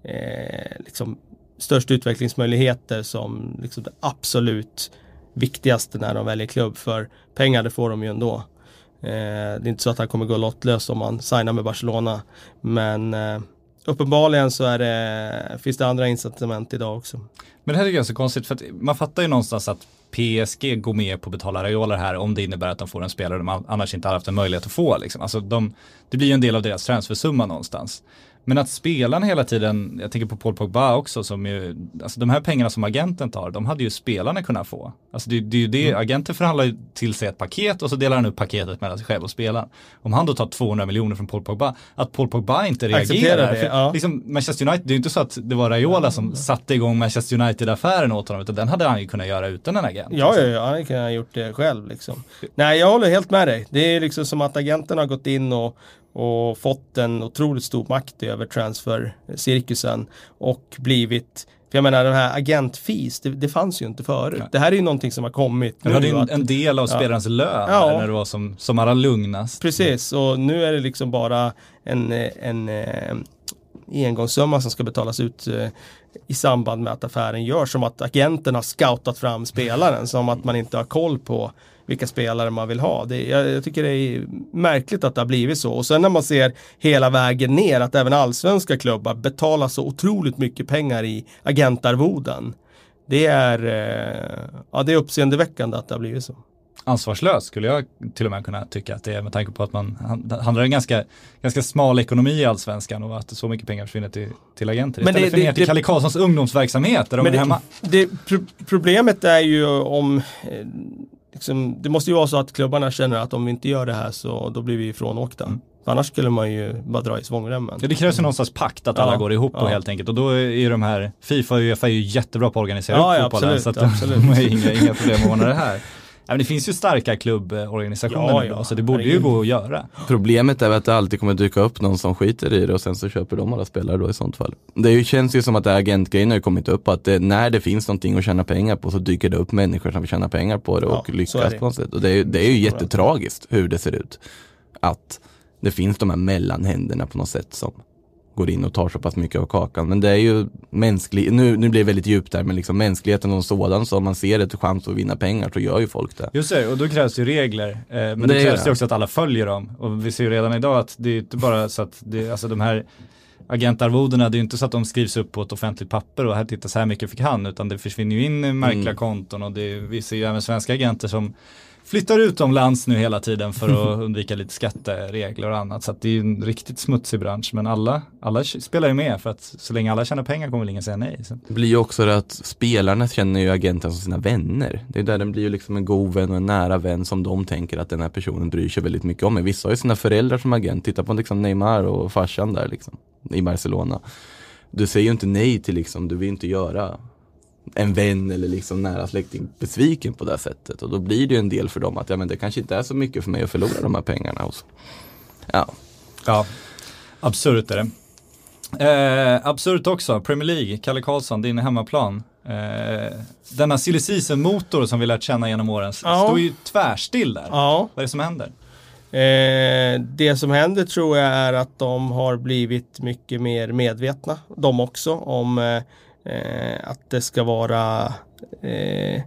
eh, liksom störst utvecklingsmöjligheter som liksom det absolut viktigaste när de väljer klubb, för pengar det får de ju ändå. Eh, det är inte så att han kommer gå lottlös om man signar med Barcelona, men eh, uppenbarligen så är det, finns det andra incitament idag också. Men det här tycker jag är så konstigt, för att man fattar ju någonstans att P S G går med på att betala Raiola här om det innebär att de får en spelare de annars inte har haft en möjlighet att få. Liksom. Alltså de, det blir ju en del av deras transfersumma någonstans. Men att spelarna hela tiden, jag tänker på Paul Pogba också, som ju, alltså de här pengarna som agenten tar, de hade ju spelarna kunnat få. Alltså det, det är ju det, mm. agenten förhandlar ju till sig ett paket och så delar han upp paketet mellan sig själv och spelaren. Om han då tar tvåhundra miljoner från Paul Pogba, att Paul Pogba inte reagerar. Det, för, ja. liksom Manchester United, det är ju inte så att det var Raiola som satte igång Manchester United-affären åt honom, utan den hade han ju kunnat göra utan en agent. Ja, ja, ja, han kan ha gjort det själv liksom. Nej, jag håller helt med dig. Det är liksom som att agenten har gått in och och fått en otroligt stor makt över transfercirkusen och blivit, för jag menar den här agentfees, det, det fanns ju inte förut. Ja. Det här är ju någonting som har kommit nu. Det var ju en, att, en del av spelarens ja. lön ja. när det var som, som alla lugnast. Precis, och nu är det liksom bara en, en, en engångssumma som ska betalas ut eh, i samband med att affären görs, som att agenten har scoutat fram spelaren, som att man inte har koll på vilka spelare man vill ha. Det, jag, jag tycker det är märkligt att det har blivit så. Och sen när man ser hela vägen ner att även allsvenska klubbar betalar så otroligt mycket pengar i agentarvoden. Det är, eh, ja, det är uppseendeväckande att det har blivit så. Ansvarslöst skulle jag till och med kunna tycka att det är, med tanke på att man handlar en ganska, ganska smal ekonomi i allsvenskan och att så mycket pengar försvinner till, till agenter. Men istället det, för ner till Kalle Karlssons ungdomsverksamhet där de är det, hemma. Det, pro- problemet är ju om eh, liksom, det måste ju vara så att klubbarna känner att om vi inte gör det här så då blir vi ifrånåkta. Mm. Annars skulle man ju bara dra i svångremmen. Ja, det krävs ju någonstans pakt att alla ja, går ihop ja. och helt enkelt. Och då är ju de här FIFA och UEFA är ju jättebra på att organisera ja, upp ja, fotbollen. absolut, så att absolut. de har inga, inga problem att ordna det här. Ja, men det finns ju starka klubborganisationer ja, nu då, ja, så det borde ju gå att göra. Problemet är att det alltid kommer dyka upp någon som skiter i det och sen så köper de alla spelare då i sånt fall. Det ju, känns ju som att det agentgrejen har kommit upp, att det, när det finns någonting att tjäna pengar på så dyker det upp människor som vill tjäna pengar på det och ja, lyckas på något sätt. Och det är, det är ju jättetragiskt hur det ser ut. Att det finns de här mellanhänderna på något sätt som går in och tar så pass mycket av kakan. Men det är ju mänsklig, nu, nu blir det väldigt djupt där, men liksom mänskligheten och sådan, så om man ser ett chans att vinna pengar så gör ju folk det. Just det, och då krävs ju regler. Eh, men det, det krävs ju också att alla följer dem. Och vi ser ju redan idag att det är inte bara så att det, alltså de här agentarvodena, det är ju inte så att de skrivs upp på ett offentligt papper och här tittar så här mycket fick han, utan det försvinner ju in märkliga mm. konton och det, vi ser ju även svenska agenter som flyttar utomlands nu hela tiden för att undvika lite skatteregler och annat. Så att det är ju en riktigt smutsig bransch. Men alla, alla spelar ju med, för att så länge alla tjänar pengar kommer väl ingen säga nej. Så. Det blir ju också det att spelarna känner ju agenten som sina vänner. Det är där den blir ju liksom en god vän och en nära vän som de tänker att den här personen bryr sig väldigt mycket om. Men vissa har ju sina föräldrar som agent. Titta på liksom Neymar och farsan där liksom, i Barcelona. Du säger ju inte nej till liksom, du vill inte göra en vän eller liksom nära släkting besviken på det sättet, och då blir det ju en del för dem att ja, men det kanske inte är så mycket för mig att förlora de här pengarna. Och så. Ja. Ja, absurt är det. Eh, absurt också, Premier League, Kalle Karlsson, din hemmaplan. Eh, denna silly season-motor som vi lärt känna genom åren Ja. står ju tvärstill där. Ja. Vad är det som händer? Eh, det som händer tror jag är att de har blivit mycket mer medvetna, de också, om eh, att det ska vara eh,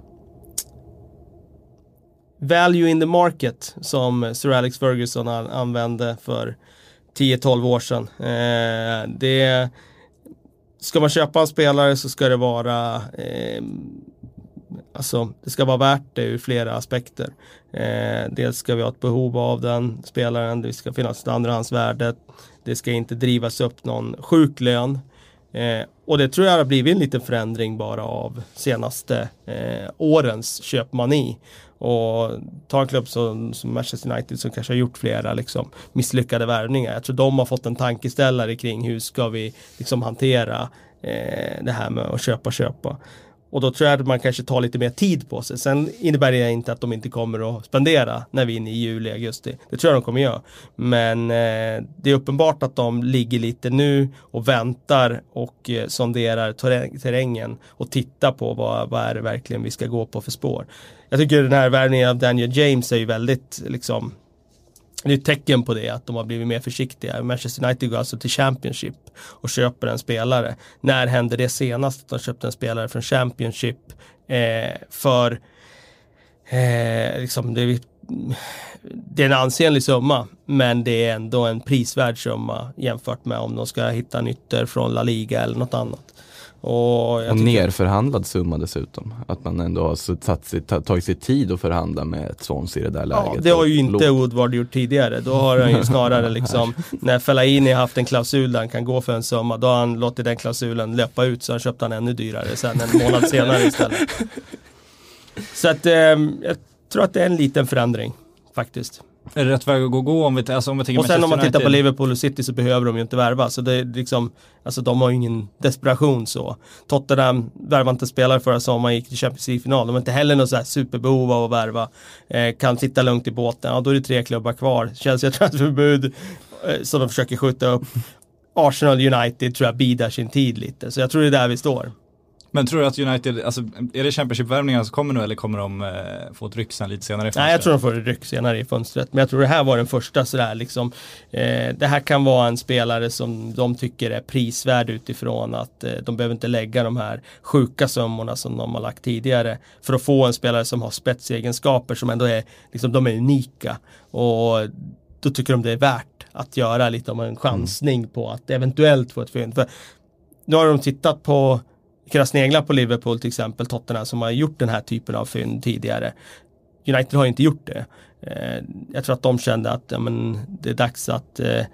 value in the market som Sir Alex Ferguson an- använde för tio tolv år sedan. Eh, det, ska man köpa en spelare så ska det vara eh, alltså det ska vara värt det ur flera aspekter. Eh, dels ska vi ha ett behov av den spelaren, det ska finnas ett andrahandsvärde, det ska inte drivas upp någon sjuk lön. Eh, och det tror jag har blivit en liten förändring bara av senaste eh, årens köpmani. Och ta en klubb som, som Manchester United som kanske har gjort flera liksom, misslyckade värvningar. Jag tror de har fått en tankeställare kring hur ska vi liksom, hantera eh, det här med att köpa köpa. Och då tror jag att man kanske tar lite mer tid på sig. Sen innebär det inte att de inte kommer att spendera när vi är inne i juli, augusti. Det tror jag de kommer göra. Men eh, det är uppenbart att de ligger lite nu och väntar och eh, sonderar terräng- terrängen och tittar på vad, vad är det verkligen vi ska gå på för spår. Jag tycker den här värvningen av Daniel James är ju väldigt liksom, det är ett tecken på det, att de har blivit mer försiktiga. Manchester United går alltså till Championship och köper en spelare. När hände det senast att de köpte en spelare från Championship eh, för eh, liksom det, det är en ansenlig summa, men det är ändå en prisvärd summa jämfört med om de ska hitta nytter från La Liga eller något annat. Och, jag och tycker... nerförhandlad summa dessutom. Att man ändå har så satt sig, tagit sig tid att förhandla med ett Swansea i det där läget. Ja, det har ju inte Woodward gjort tidigare. Då har han ju snarare liksom, när Fellaini har haft en klausul där han kan gå för en summa, då har han låtit den klausulen löpa ut, så han köpte han ännu dyrare sen en månad senare istället. Så att eh, jag tror att det är en liten förändring faktiskt. Är det rätt väg att gå, gå om vi, alltså om vi tänker och sen om man tittar United. på Liverpool och City så behöver de ju inte värva, så det är liksom, alltså de har ju ingen desperation så. Tottenham värvar inte spelare förra sommaren, gick till Champions League-final, de har inte heller något så här superbehov av att värva, eh, kan sitta lugnt i båten, ja då är det tre klubbar kvar, Chelsea har transferförbud eh, som de försöker skjuta upp. Arsenal United tror jag bidar sin tid lite, så jag tror det är där vi står. Men tror du att United, alltså är det Championship-värvningar som kommer nu, eller kommer de eh, få ett ryck sen lite senare i fönstret? Nej, jag tror de får ett ryck senare i fönstret. Men jag tror det här var den första sådär liksom. Eh, det här kan vara en spelare som de tycker är prisvärd utifrån att eh, de behöver inte lägga de här sjuka summorna som de har lagt tidigare för att få en spelare som har spetsegenskaper som ändå är, liksom de är unika. Och då tycker de det är värt att göra lite om en chansning mm. på att eventuellt få ett fynd. För nu har de tittat på kunna snegla på Liverpool till exempel, Tottenham som har gjort den här typen av fynd tidigare. United har inte gjort det. Eh, jag tror att de kände att ja, men, det är dags att eh,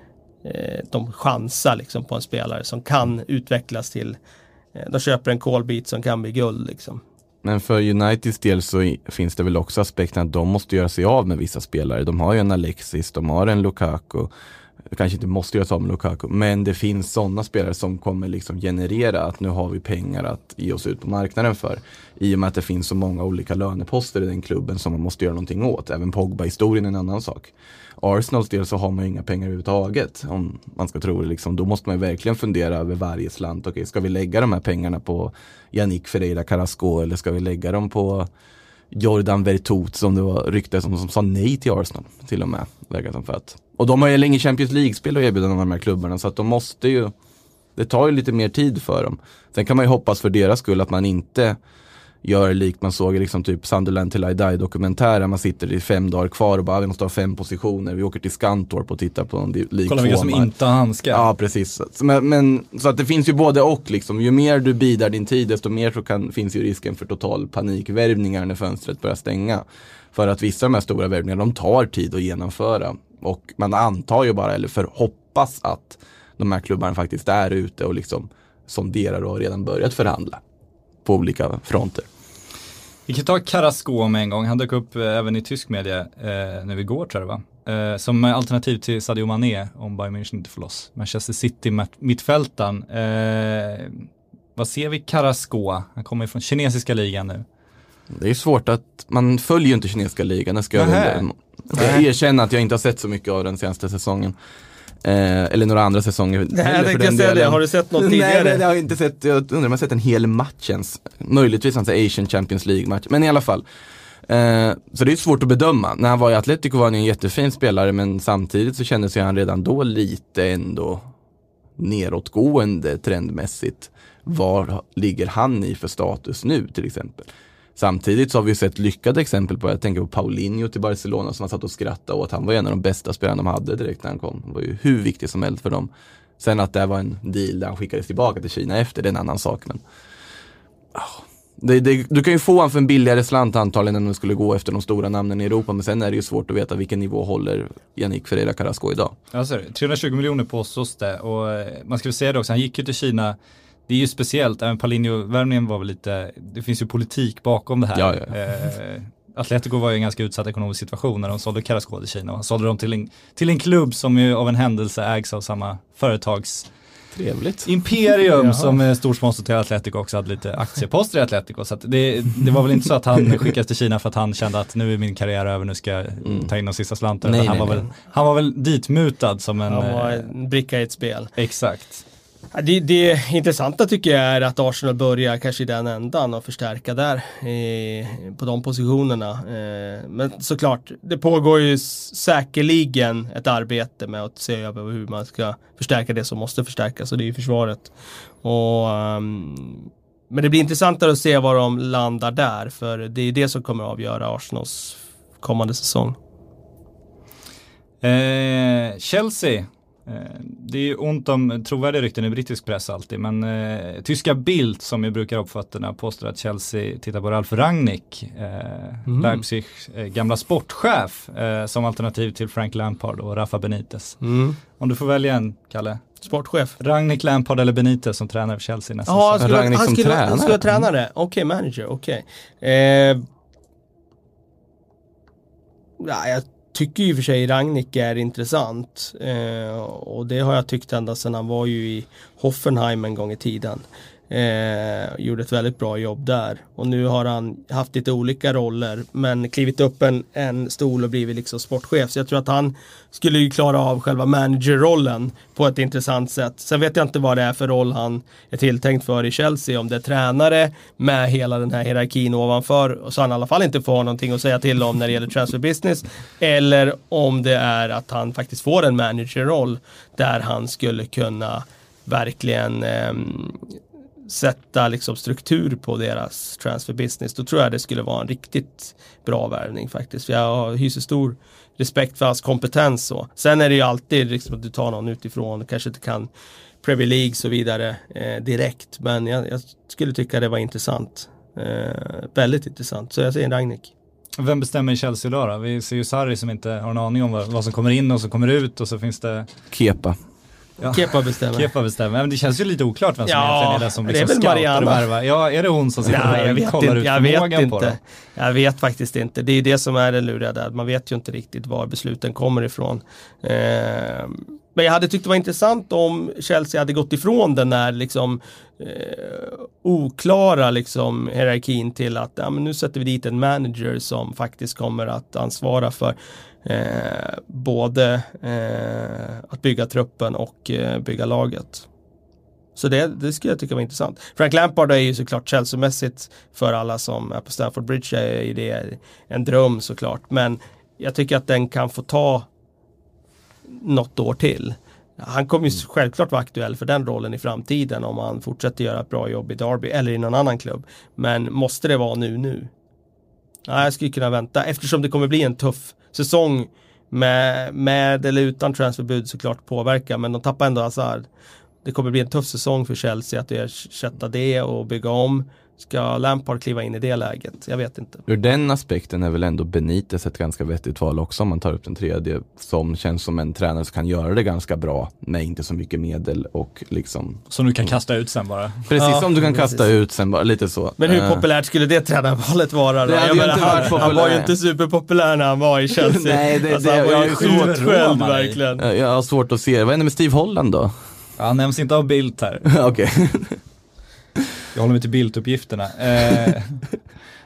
de chansar liksom, på en spelare som kan utvecklas till, eh, de köper en callbeat som kan bli guld liksom. Men för Uniteds del så i, finns det väl också aspekten att de måste göra sig av med vissa spelare. De har ju en Alexis, de har en Lukaku. Kanske inte måste göra sig av med Lukaku, men det finns sådana spelare som kommer liksom generera att nu har vi pengar att ge oss ut på marknaden för. I och med att det finns så många olika löneposter i den klubben som man måste göra någonting åt. Även Pogba-historien är en annan sak. Arsenals del så har man ju inga pengar överhuvudtaget, om man ska tro det. Liksom. Då måste man ju verkligen fundera över varje slant. Okej, ska vi lägga de här pengarna på Yannick Ferreira Carrasco, eller ska vi lägga dem på Jordan Vertot som det var rykte som, som sa nej till Arsenal till och med. För att. Och de har ju länge Champions League-spel att erbjuda de här klubbarna, så att de måste ju, det tar ju lite mer tid för dem. Sen kan man ju hoppas för deras skull att man inte gör likt man såg liksom typ Sunderland till I Die-dokumentärer. Man sitter i fem dagar kvar och bara vi måste ha fem positioner. Vi åker till Skantorp och tittar på en lik. Kolla vilka som inte har handskar. Ja, precis. Så, men, men, så att det finns ju både och liksom. Ju mer du bidar din tid, desto mer så kan, finns ju risken för total panikvärvningar när fönstret börjar stänga. För att vissa av de här stora värvningarna, de tar tid att genomföra. Och man antar ju bara, eller förhoppas att de här klubbarna faktiskt är ute och liksom sonderar och har redan börjat förhandla på olika fronter. Vi kan ta Carrasco med en gång. Han dök upp eh, även i tysk media eh, nu igår tror jag det var. Eh, som alternativ till Sadio Mané om Bayern München inte får loss. Manchester City mittfältan. Eh, vad ser vi Carrasco? Han kommer från kinesiska ligan nu. Det är svårt att, man följer ju inte kinesiska ligan. Jag ska jag erkänna att jag inte har sett så mycket av den senaste säsongen. Eh, eller några andra säsonger. Nej, jag tänkte säga det. Har du sett något tidigare? Nej, det har jag inte sett. Jag undrar om jag har sett en hel match ens. Möjligtvis han säger Asian Champions League-match. Men i alla fall. Eh, så det är svårt att bedöma. När han var i Atletico var han en jättefin spelare, men samtidigt så kändes han redan då lite ändå nedåtgående trendmässigt. Var ligger han i för status nu till exempel? Samtidigt så har vi sett lyckade exempel på, jag tänker på Paulinho till Barcelona som har satt och skrattade åt. Han var en av de bästa spelarna de hade direkt när han kom. Han var ju hur viktig som helst för dem. Sen att det var en deal där han skickades tillbaka till Kina efter, det är en annan sak. Men oh, det, det, du kan ju få han för en billigare slant antagligen än om du skulle gå efter de stora namnen i Europa. Men sen är det ju svårt att veta vilken nivå håller Yannick Ferreira Carrasco idag. Ja, så är det. trehundratjugo miljoner påstås det. Och man skulle säga det också, han gick ju till Kina. Det är ju speciellt, även Paulinho-värvningen var väl lite, det finns ju politik bakom det här. Ja, ja. Eh, Atletico var ju en ganska utsatt ekonomisk situation när de sålde Carrasco till Kina. Han sålde dem till en, till en klubb som ju av en händelse ägs av samma företags Trevligt. imperium som är storsponsor till Atletico också, hade lite aktieposter i Atletico. Så att det, det var väl inte så att han skickades till Kina för att han kände att nu är min karriär över, nu ska jag mm. ta in de sista slantarna. Nej, han, nej, var nej. Väl, han var väl ditmutad som en... Han var en bricka i ett spel. Exakt. Det, det intressanta tycker jag är att Arsenal börjar kanske i den ändan och förstärka där eh, på de positionerna. Eh, men såklart, det pågår ju säkerligen ett arbete med att se över hur man ska förstärka det som måste förstärkas, och det är ju försvaret. Och, um, men det blir intressantare att se var de landar där, för det är det som kommer att avgöra Arsenals kommande säsong. Eh, Chelsea. Det är ju ont om trovärdiga rykten i brittisk press alltid, men eh, tyska Bild som ju brukar upp fötterna påstår att Chelsea tittar på Ralf Rangnick, eh, mm. Leipzig eh, gamla sportchef, eh, som alternativ till Frank Lampard och Rafa Benitez. Mm. Om du får välja en, Kalle. Sportchef. Rangnick, Lampard eller Benitez som tränare för Chelsea nästa ja, säsong. Rangnick som han skulle, tränare. Han skulle vara tränare. Okej, okay, manager. Okej. Okay. Eh, ja, jag tycker ju för sig Rangnick är intressant, eh, och det har jag tyckt ända sedan han var ju i Hoffenheim en gång i tiden. Eh, gjorde ett väldigt bra jobb där, och nu har han haft lite olika roller men klivit upp en, en stol och blivit liksom sportchef, så jag tror att han skulle ju klara av själva managerrollen på ett intressant sätt. Sen vet jag inte vad det är för roll han är tilltänkt för i Chelsea, om det är tränare med hela den här hierarkin ovanför, så han i alla fall inte får någonting att säga till om när det gäller transfer business, eller om det är att han faktiskt får en managerroll där han skulle kunna verkligen eh, sätta liksom struktur på deras transfer business. Då tror jag det skulle vara en riktigt bra värvning faktiskt. För jag hyser stor respekt för hans kompetens. Så. Sen är det ju alltid liksom att du tar någon utifrån, kanske inte kan Premier League så vidare eh, direkt. Men jag, jag skulle tycka det var intressant. Eh, väldigt intressant. Så jag säger Rangnick. Vem bestämmer i Chelsea idag då? Vi ser ju Sarri som inte har en aning om vad, vad som kommer in och som kommer ut, och så finns det Kepa. Ja. Kepa bestämmer. Kepa bestämmer. Men det känns ju lite oklart vem som ja, egentligen är det som liksom det är väl scoutar och värvar. Ja, är det hon som sitter ja, där och vet kollar inte, ut jag förmågan vet på inte. dem? Jag vet faktiskt inte. Det är det som är det luriga där. Man vet ju inte riktigt var besluten kommer ifrån. Eh, men jag hade tyckt det var intressant om Chelsea hade gått ifrån den här liksom eh, oklara liksom hierarkin till att ja, men nu sätter vi dit en manager som faktiskt kommer att ansvara för Eh, både eh, att bygga truppen och eh, bygga laget. Så det, det skulle jag tycka var intressant. Frank Lampard är ju såklart Chelsea-mässigt, för alla som är på Stamford Bridge är det en dröm såklart, men jag tycker att den kan få ta något år till. Han kommer ju självklart vara aktuell för den rollen i framtiden om han fortsätter göra ett bra jobb i Derby eller i någon annan klubb, men måste det vara nu nu? Ja, jag skulle kunna vänta, eftersom det kommer bli en tuff säsong med, med eller utan transferbud såklart påverkar, men de tappar ändå Hazard. Det kommer bli en tuff säsong för Chelsea att ersätta det och bygga om. Ska Lampard kliva in i det läget? Jag vet inte. Ur den aspekten är väl ändå Benitez ett ganska vettigt val också, om man tar upp den tredje, som känns som en tränare som kan göra det ganska bra med inte så mycket medel och liksom... Som du kan kasta ut sen bara. Precis, ja, som du kan precis. kasta ut sen bara, lite så. Men hur populärt skulle det tränarvalet vara då? Det Jag menar, inte han, han var ju inte superpopulär när han var i Chelsea. Nej, det, alltså, det, han var jag ju är skitskälld verkligen. Jag, jag har svårt att se. Vad är det med Steve Holland då? Ja, han nämns inte av Bildt här. Okej. Jag håller mig till Bildt-uppgifterna. Eh,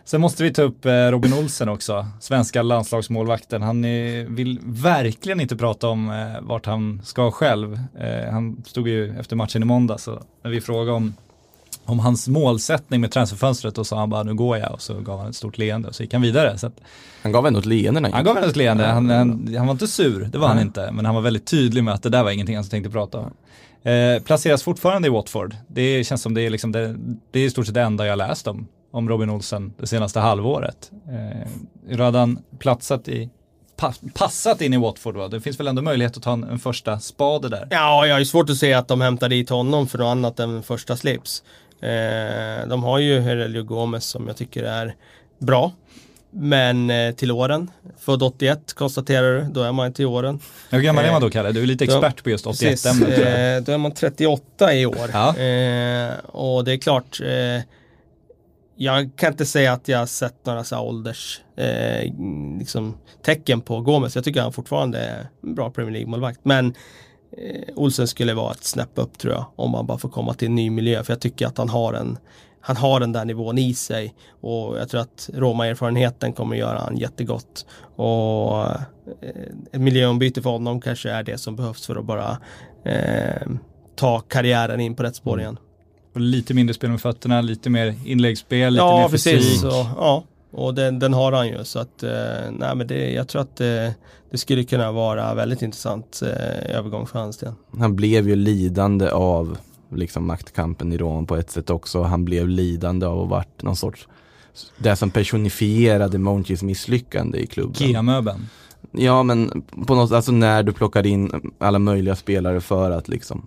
Sen måste vi ta upp Robin Olsen också, svenska landslagsmålvakten. Han är, vill verkligen inte prata om eh, vart han ska själv. Eh, han stod ju efter matchen i måndag, så när vi frågade om, om hans målsättning med transferfönstret, och sa han bara nu går jag, och så gav han ett stort leende och så gick han vidare. Så att, han gav ändå ett leende. Han gav ändå ett leende, han, han, han var inte sur, det var han inte, men han var väldigt tydlig med att det där var ingenting han tänkte prata om. Eh, placeras fortfarande i Watford. Det känns som det är, liksom det, det är i stort sett det enda jag läst om, om Robin Olsen det senaste halvåret. Eh, redan platsat i, pa, passat in i Watford, va? Det finns väl ändå möjlighet att ta en, en första spade där. Ja, jag är svårt att se att de hämtar dit honom för något annat än första slips. Eh, de har ju Heurelho Gomes som jag tycker är bra. Men eh, till åren, född åttioett konstaterar du, då är man till åren. Hur gammal är man då, Kalle? Du är lite expert då, på just åttioett-ämnet. Eh, då är man trettioåtta i år. Ja. Eh, och det är klart, eh, jag kan inte säga att jag har sett några så här ålders eh, liksom, tecken på Gomes. Jag tycker han fortfarande är en bra Premier League-målvakt. Men eh, Olsen skulle vara ett snäpp upp, tror jag, om man bara får komma till en ny miljö. För jag tycker att han har en Han har den där nivån i sig, och jag tror att Roma-erfarenheten kommer göra han jättegott, och ett miljöombyte för honom kanske är det som behövs för att bara eh, ta karriären in på rätt spår igen. Och lite mindre spel med fötterna, lite mer inläggsspel, lite ja, mer precis. fysik. Och, ja, och den, den har han ju, så att eh, nej, men det, jag tror att det, det skulle kunna vara väldigt intressant eh, övergång för hans del. Han blev ju lidande av liksom maktkampen i Rom på ett sätt också. Han blev lidande av att varit någon sorts, det som personifierade Monchis misslyckande i klubben. Kia-möben. Ja, men på något, alltså när du plockar in alla möjliga spelare för att liksom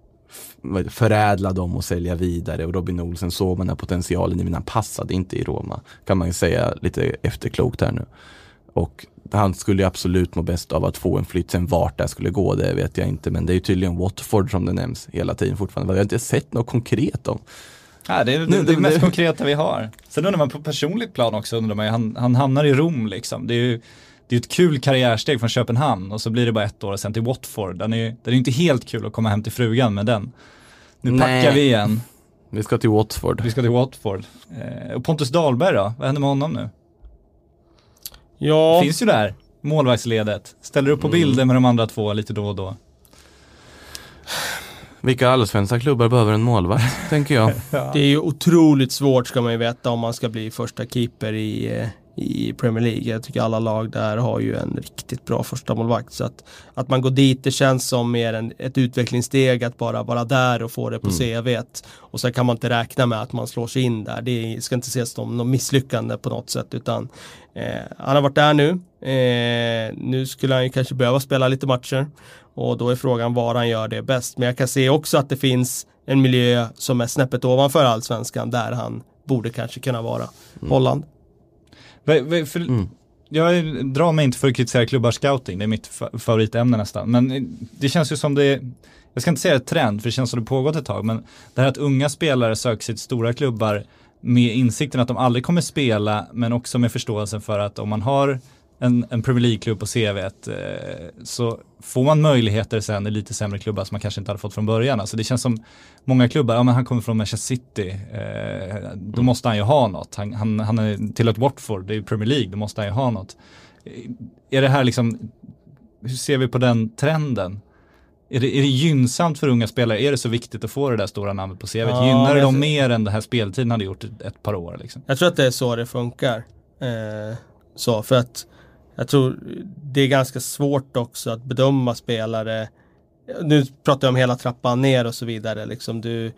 förädla dem och sälja vidare, och Robin Olsen såg man den potentialen, men han passade inte i Roma, kan man ju säga lite efterklokt här nu. Och han skulle absolut må bäst av att få en flytt. Sen vart det skulle gå, det vet jag inte. Men det är ju tydligen Watford som det nämns hela tiden fortfarande. Jag har inte sett något konkret om. Ja, det är det, det, det mest konkreta vi har. Sen undrar man på personligt plan också, undrar man, han, han hamnar i Rom liksom. Det är ju det är ett kul karriärsteg från Köpenhamn, och så blir det bara ett år sen till Watford. Den är, den är inte helt kul att komma hem till frugan med den. Nu Nej. packar vi igen. Vi ska till Watford. Vi ska till Watford. Eh, och Pontus Dahlberg då? Vad händer med honom nu? Ja. Finns ju där, målvaktsledet. Ställer upp på mm. bilder med de andra två lite då och då. Vilka allsvenska klubbar behöver en målvakt, tänker jag. Ja. Det är ju otroligt svårt, ska man ju veta, om man ska bli första keeper i, i Premier League. Jag tycker alla lag där har ju en riktigt bra första målvakt. Så att, att man går dit, det känns som mer en, ett utvecklingssteg att bara vara där och få det på mm. C V:t. Och så kan man inte räkna med att man slår sig in där. Det ska inte ses som något misslyckande på något sätt, utan eh, han har varit där nu. Eh, nu skulle han ju kanske behöva spela lite matcher, och då är frågan var han gör det bäst. Men jag kan se också att det finns en miljö som är snäppet ovanför allsvenskan där han borde kanske kunna vara. Mm. Holland. För, mm. Jag drar mig inte för att kritisera klubbar scouting, det är mitt favoritämne nästan. Men det känns ju som det, jag ska inte säga ett trend, för det känns som det pågått ett tag, men det här att unga spelare söker sig till stora klubbar med insikten att de aldrig kommer spela, men också med förståelsen för att om man har en, en Premier League-klubb på C V:t eh, så får man möjligheter sen i lite sämre klubbar som man kanske inte hade fått från början. Alltså det känns som många klubbar, ja men han kommer från Manchester City, eh, då måste han ju ha något. Han, han, han är till ett Watford, det är Premier League, då måste han ju ha något. Är det här liksom, hur ser vi på den trenden? Är det, är det gynnsamt för unga spelare? Är det så viktigt att få det där stora namnet på C V:t? Ja, Gynnar det dem tror... mer än det här speltiden hade gjort ett, ett par år? Liksom? Jag tror att det är så det funkar. Eh, så, för att jag tror det är ganska svårt också att bedöma spelare. Nu pratar jag om hela trappan ner och så vidare. Liksom du,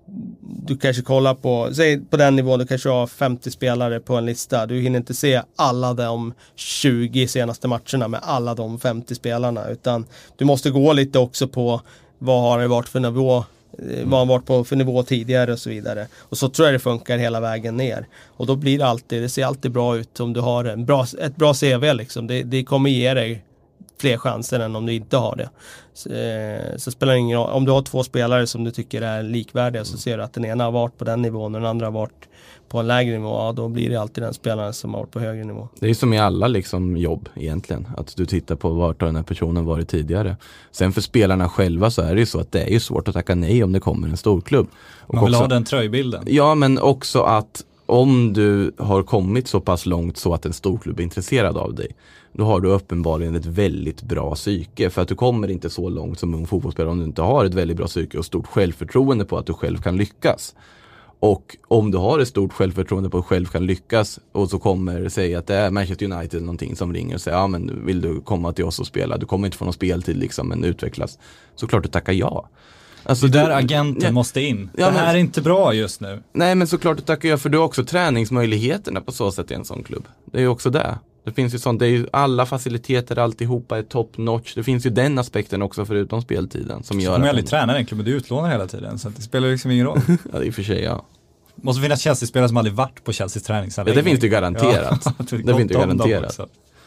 du kanske kollar på, säg på den nivån, du kanske har femtio spelare på en lista. Du hinner inte se alla de tjugo senaste matcherna med alla de femtio spelarna. Utan du måste gå lite också på vad har det varit för nivå, vad har han varit på för nivå tidigare och så vidare. Och så tror jag det funkar hela vägen ner. Och då blir det alltid, det ser alltid bra ut om du har en bra, ett bra C V liksom. Det, det kommer ge dig fler chanser än om du inte har det. Så, eh, så spelar det ingen roll. Om du har två spelare som du tycker är likvärdiga, så ser du att den ena har varit på den nivån och den andra har varit på en lägre nivå. Ja, då blir det alltid den spelaren som har varit på högre nivå. Det är som i alla liksom jobb egentligen. Att du tittar på vart har den här personen varit tidigare. Sen för spelarna själva så är det ju så att det är ju svårt att tacka nej om det kommer en stor klubb. Och man vill också, ha den tröjbilden. Ja, men också att om du har kommit så pass långt så att en storklubb är intresserad av dig, då har du uppenbarligen ett väldigt bra psyke. För att du kommer inte så långt som ung fotbollsspelare om du inte har ett väldigt bra psyke och stort självförtroende på att du själv kan lyckas. Och om du har ett stort självförtroende på att själv kan lyckas och så kommer det säga att det är Manchester United eller någonting som ringer och säger ja men vill du komma till oss och spela, du kommer inte få någon speltid liksom, men utvecklas, så klart du tackar ja. Alltså, det är där du, agenten ja, måste in. Ja, det här men, är inte bra just nu. Nej, men såklart du tackar jag, för du har också träningsmöjligheterna på så sätt i en sån klubb. Det är ju också det. Det finns ju sånt, det är ju alla faciliteter, alltihopa är top notch. Det finns ju den aspekten också förutom speltiden. Som gör kommer att aldrig träna den klubben, du utlånar hela tiden. Så det spelar liksom ingen roll. Ja, det är i och för sig, ja. Måste finnas Chelsea-spelare som aldrig varit på Chelseas träningsanläggning. Ja, det finns det ju garanterat. Ja, det, det finns det ju garanterat.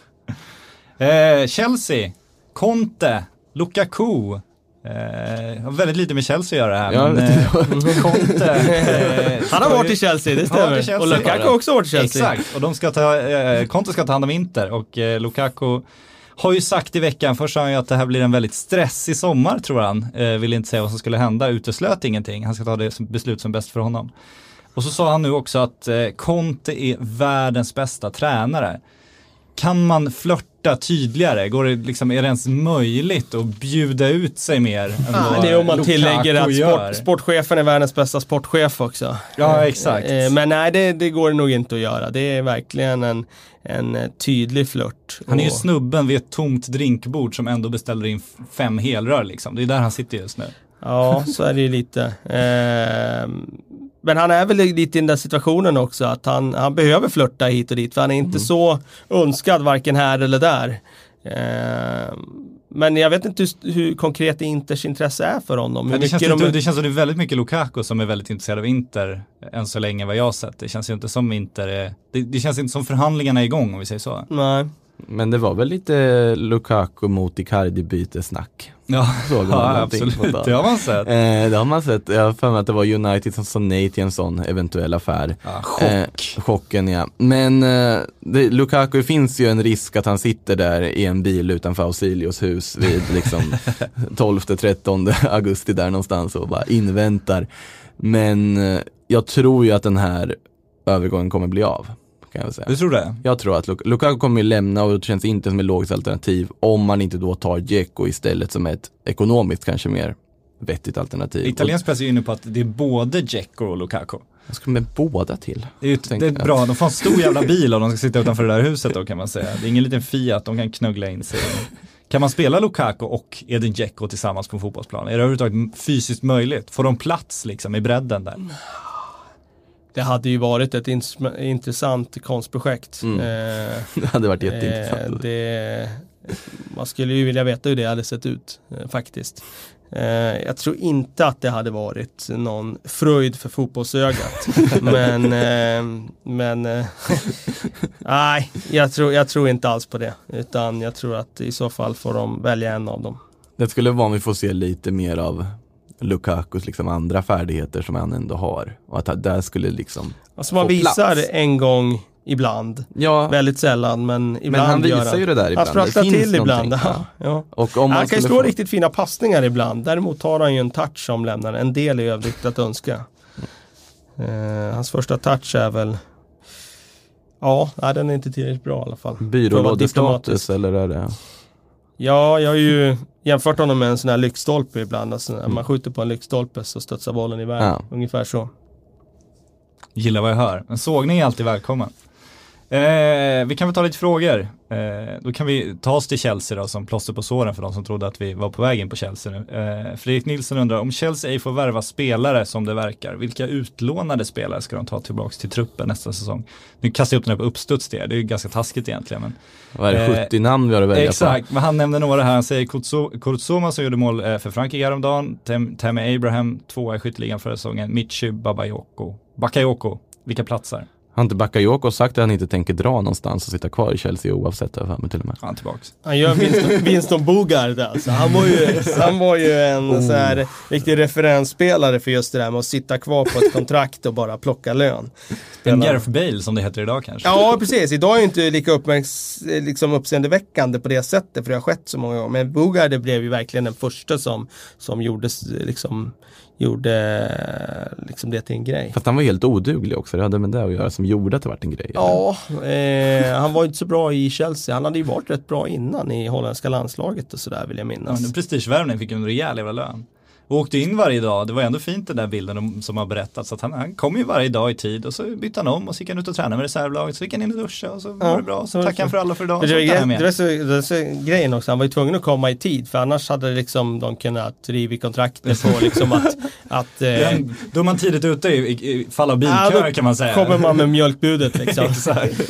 Eh, Chelsea, Conte, Lukaku. Eh, har väldigt lite med Chelsea att göra här. Ja, men, eh, Conte, eh, han har varit i Chelsea, det stämmer. Chelsea. Och Lukaku har också varit i Chelsea. Exakt, och de ska ta, eh, Conte ska ta hand om Inter. Och eh, Lukaku har ju sagt i veckan, först sa han ju att det här blir en väldigt stressig sommar, tror han. Eh, vill inte säga vad som skulle hända, uteslöt ingenting. Han ska ta det som beslut som bäst för honom. Och så sa han nu också att eh, Conte är världens bästa tränare. Kan man flörta tydligare? Går det liksom, är det ens möjligt att bjuda ut sig mer än ah, vad det är om man Lukaku tillägger att gör. sport, sportchefen är världens bästa sportchef också. Ja, exakt. Eh, men nej, det, det går nog inte att göra. Det är verkligen en, en tydlig flört. Han är ju och... snubben vid ett tomt drinkbord som ändå beställer in fem helrör liksom. Det är där han sitter just nu. Ja, så är det ju lite. Eh, men han är väl lite i den där situationen också att han, han behöver flirta hit och dit, för han är inte mm. så önskad varken här eller där. Eh, men jag vet inte hur, hur konkret Inters intresse är för honom. Ja, det, känns de... inte, det känns som det är väldigt mycket Lukaku som är väldigt intresserad av Inter än så länge vad jag har sett. Det känns ju inte som Inter är, det, det känns inte som förhandlingarna är igång om vi säger så. Nej. Men det var väl lite Lukaku mot Icardi-bytesnack. Ja, ja absolut. Det har man sett. Eh, det har man sett. Jag har för mig att det var United som sa nej till en sån eventuell affär. Ja, chock. Eh, chocken, ja. Men eh, det, Lukaku, finns ju en risk att han sitter där i en bil utanför Ausilios hus vid liksom tolfte trettonde augusti där någonstans och bara inväntar. Men eh, jag tror ju att den här övergången kommer bli av. Kan jag säga. Du tror det? Jag tror att Luk- Lukaku kommer ju lämna och det känns inte som ett logiskt alternativ om man inte då tar Dzeko istället som ett ekonomiskt kanske mer vettigt alternativ. Italiensk press är ju inne på att det är både Dzeko och Lukaku. Jag ska med båda till. Det är, ju, det är bra, de får en stor jävla bil och de ska sitta utanför det där huset då kan man säga. Det är ingen liten Fiat, de kan knuggla in sig. Kan man spela Lukaku och Edin Dzeko tillsammans på fotbollsplan? Är det överhuvudtaget fysiskt möjligt? Får de plats liksom i bredden där? Det hade ju varit ett ins- intressant konstprojekt. Mm. Eh, det hade varit jätteintressant. Eh, det, man skulle ju vilja veta hur det hade sett ut eh, faktiskt. Eh, jag tror inte att det hade varit någon fröjd för fotbollsögat. men eh, men eh, nej, jag tror, jag tror inte alls på det. Utan jag tror att i så fall får de välja en av dem. Det skulle vara om vi får se lite mer av Lukakus liksom andra färdigheter som han ändå har. Och att där skulle liksom alltså man visar plats. En gång ibland. Ja. Väldigt sällan, men ibland men han visar han, ju det där ibland. Han sprattlar till ibland. Ja. Ja. Och om han kan ju slå få... riktigt fina passningar ibland. Däremot har han ju en touch som lämnar en del i övrigt att önska. Mm. Uh, hans första touch är väl ja, nej, den är inte tillräckligt bra i alla fall. Byrålådestatus eller är det? Ja, jag har ju jämfört honom med en sån här lyktstolpe ibland. Alltså, när man skjuter på en lyktstolpe så studsar bollen iväg. Ja. Ungefär så. Gillar vad jag hör. En sågning är alltid välkommen. Eh, vi kan väl ta lite frågor. Eh, då kan vi ta oss till Chelsea då, som plåster på såren för de som trodde att vi var på väg in på Chelsea nu. Eh, Fredrik Nilsson undrar om Chelsea ej får värva spelare som det verkar. Vilka utlånade spelare ska de ta tillbaka till truppen nästa säsong? Nu kastar jag upp den här på uppstuds det. Det är ju ganska taskigt egentligen. Men, vad är det, sjuttio eh, namn vi har att välja exakt, på? Exakt, men han nämnde några här. Han säger Kurzoma som gjorde mål eh, för Frankrike häromdagen. Tem- Tammy Abraham, tvåa i skytteligan förra säsongen. Michi Bakayoko. Bakayoko. Vilka platser? Har inte Bakayoko sagt att han inte tänker dra någonstans och sitta kvar i Chelsea oavsett det för mig till och med? Han tillbaks. Han gör Winston, Winston Bogard alltså. Han var ju, han var ju en oh. så här riktig referensspelare för just det där med att sitta kvar på ett kontrakt och bara plocka lön. Spela. En Gareth Bale som det heter idag kanske. Ja, precis. Idag är ju inte lika uppmärks, liksom uppseendeväckande på det sättet för det har skett så många gånger. Men Bogard blev ju verkligen den första som, som gjordes liksom gjorde liksom det till en grej. Fast han var helt oduglig också, det hade med det att göra som gjorde att det var en grej. Ja, eh, han var inte så bra i Chelsea. Han hade ju varit rätt bra innan i holländska landslaget och sådär, vill jag minnas. Ja, prestigevärvning fick en rejäl jävla lön. Och åkte in varje dag, det var ändå fint den där bilden som har berättats, att han, han kom ju varje dag i tid och så bytte han om och så gick han ut och tränade med reservlaget, så gick han in och duscha och så var ja, det bra, så, så tackade han för alla för idag. Det, så det, det, det, var så, det var så grejen också, han var ju tvungen att komma i tid, för annars hade liksom de kunnat riva kontraktet på liksom att... att eh, då är man tidigt ute i, i, i fall av bilköer ja, kan man säga. Kommer man med mjölkbudet liksom. Exakt.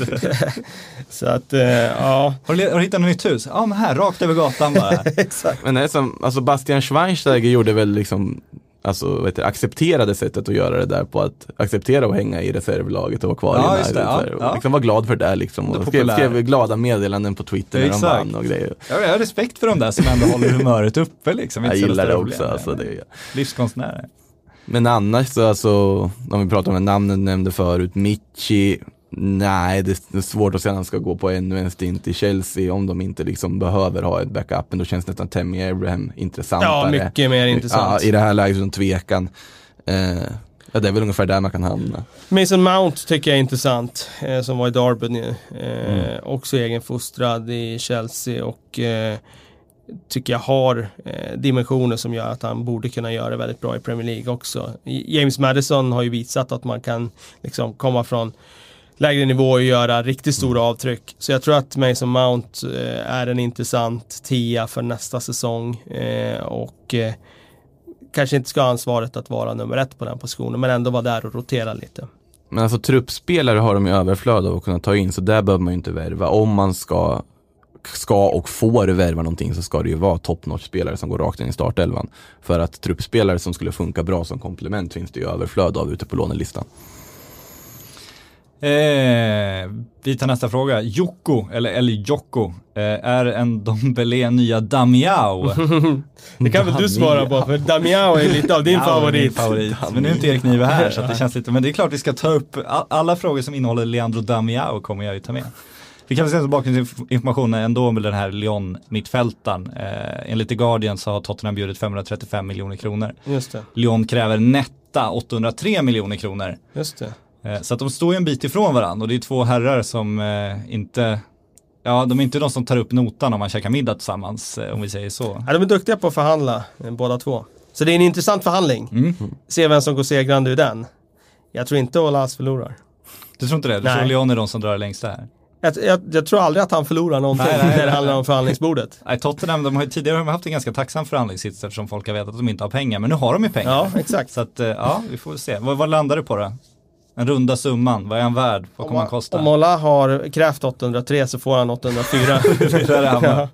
Så att, eh, ja. Har du, har du hittat något nytt hus? Ja, men här, rakt över gatan bara. Exakt. Men det är som, alltså Bastian Schweinsteiger gjorde väl liksom, alltså vet du, accepterade sättet att göra det där på att acceptera att hänga i reservlaget och vara kvar ja, i just det, ja, ja, och ja. liksom var glad för det där liksom, och skrev, skrev glada meddelanden på Twitter när de vann och grejer. Ja, jag har respekt för de där som ändå håller humöret uppe liksom. Jag inte gillar det också problem, alltså, det, livskonstnärer. Men annars så alltså, om vi pratar om namnen nämnde förut, Michi, nej det är svårt att säga att han ska gå på ännu en stint i Chelsea om de inte liksom behöver ha ett backup, men då känns nästan Tammy Abraham intressantare. Ja, mycket mer intressant. Ja, i det här läget som tvekan. Eh, ja, det är väl ungefär där man kan hamna. Mason Mount tycker jag är intressant, eh, som var i Derby nu. Eh, Mm. Också egenfostrad i Chelsea och eh, tycker jag har eh, dimensioner som gör att han borde kunna göra det väldigt bra i Premier League också. James Maddison har ju visat att man kan liksom komma från lägre nivå och göra riktigt stora avtryck. Så jag tror att Mason Mount eh, är en intressant tia för nästa säsong eh, och eh, kanske inte ska ha ansvaret att vara nummer ett på den positionen, men ändå vara där och rotera lite. Men alltså truppspelare har de ju överflöd av att kunna ta in, så där behöver man ju inte värva. Om man ska ska och får värva någonting så ska det ju vara top-notch-spelare som går rakt in i startelvan. För att truppspelare som skulle funka bra som komplement finns det ju överflöd av ute på lånelistan. Eh, vi tar nästa fråga. Jocko, eller, eller Jocko, eh, är en Dombele nya Damiao? Det kan väl du svara på, för Damiao är lite av din ja, favorit. Min favorit. Men nu är inte Erik Nive här, så att det känns lite, men det är klart vi ska ta upp alla frågor som innehåller Leandro Damiao kommer jag ju ta med. Vi kan väl se bakgrundsinformation ändå med den här Lyon-mittfältaren. Eh, enligt The Guardian så har Tottenham bjudit femhundratrettiofem miljoner kronor. Just det. Lyon kräver netta åttahundratre miljoner kronor. Just det. Eh, så att de står ju en bit ifrån varandra, och det är två herrar som eh, inte... Ja, de är inte de som tar upp notan om man käkar middag tillsammans, eh, om vi säger så. Ja, de är duktiga på att förhandla, eh, båda två. Så det är en intressant förhandling. Mm. Se vem som går segrande ur den. Jag tror inte Olas förlorar. Du tror inte det? Du Nej. tror Lyon är de som drar längst där? Jag, jag, jag tror aldrig att han förlorar någonting Nej, nej, nej, när det handlar nej. om förhandlingsbordet. Nej, Tottenham, de har ju tidigare haft en ganska tacksam förhandlingssits eftersom folk har vetat att de inte har pengar, men nu har de ju pengar. Ja, exakt. Så att, eh, ja, vi får se. Vad, vad landar du på då? En runda summan, vad är han värd? Vad kommer han kosta? Om Ola har krävt åttahundratre så får han åttahundrafyra. Där är han, Ja.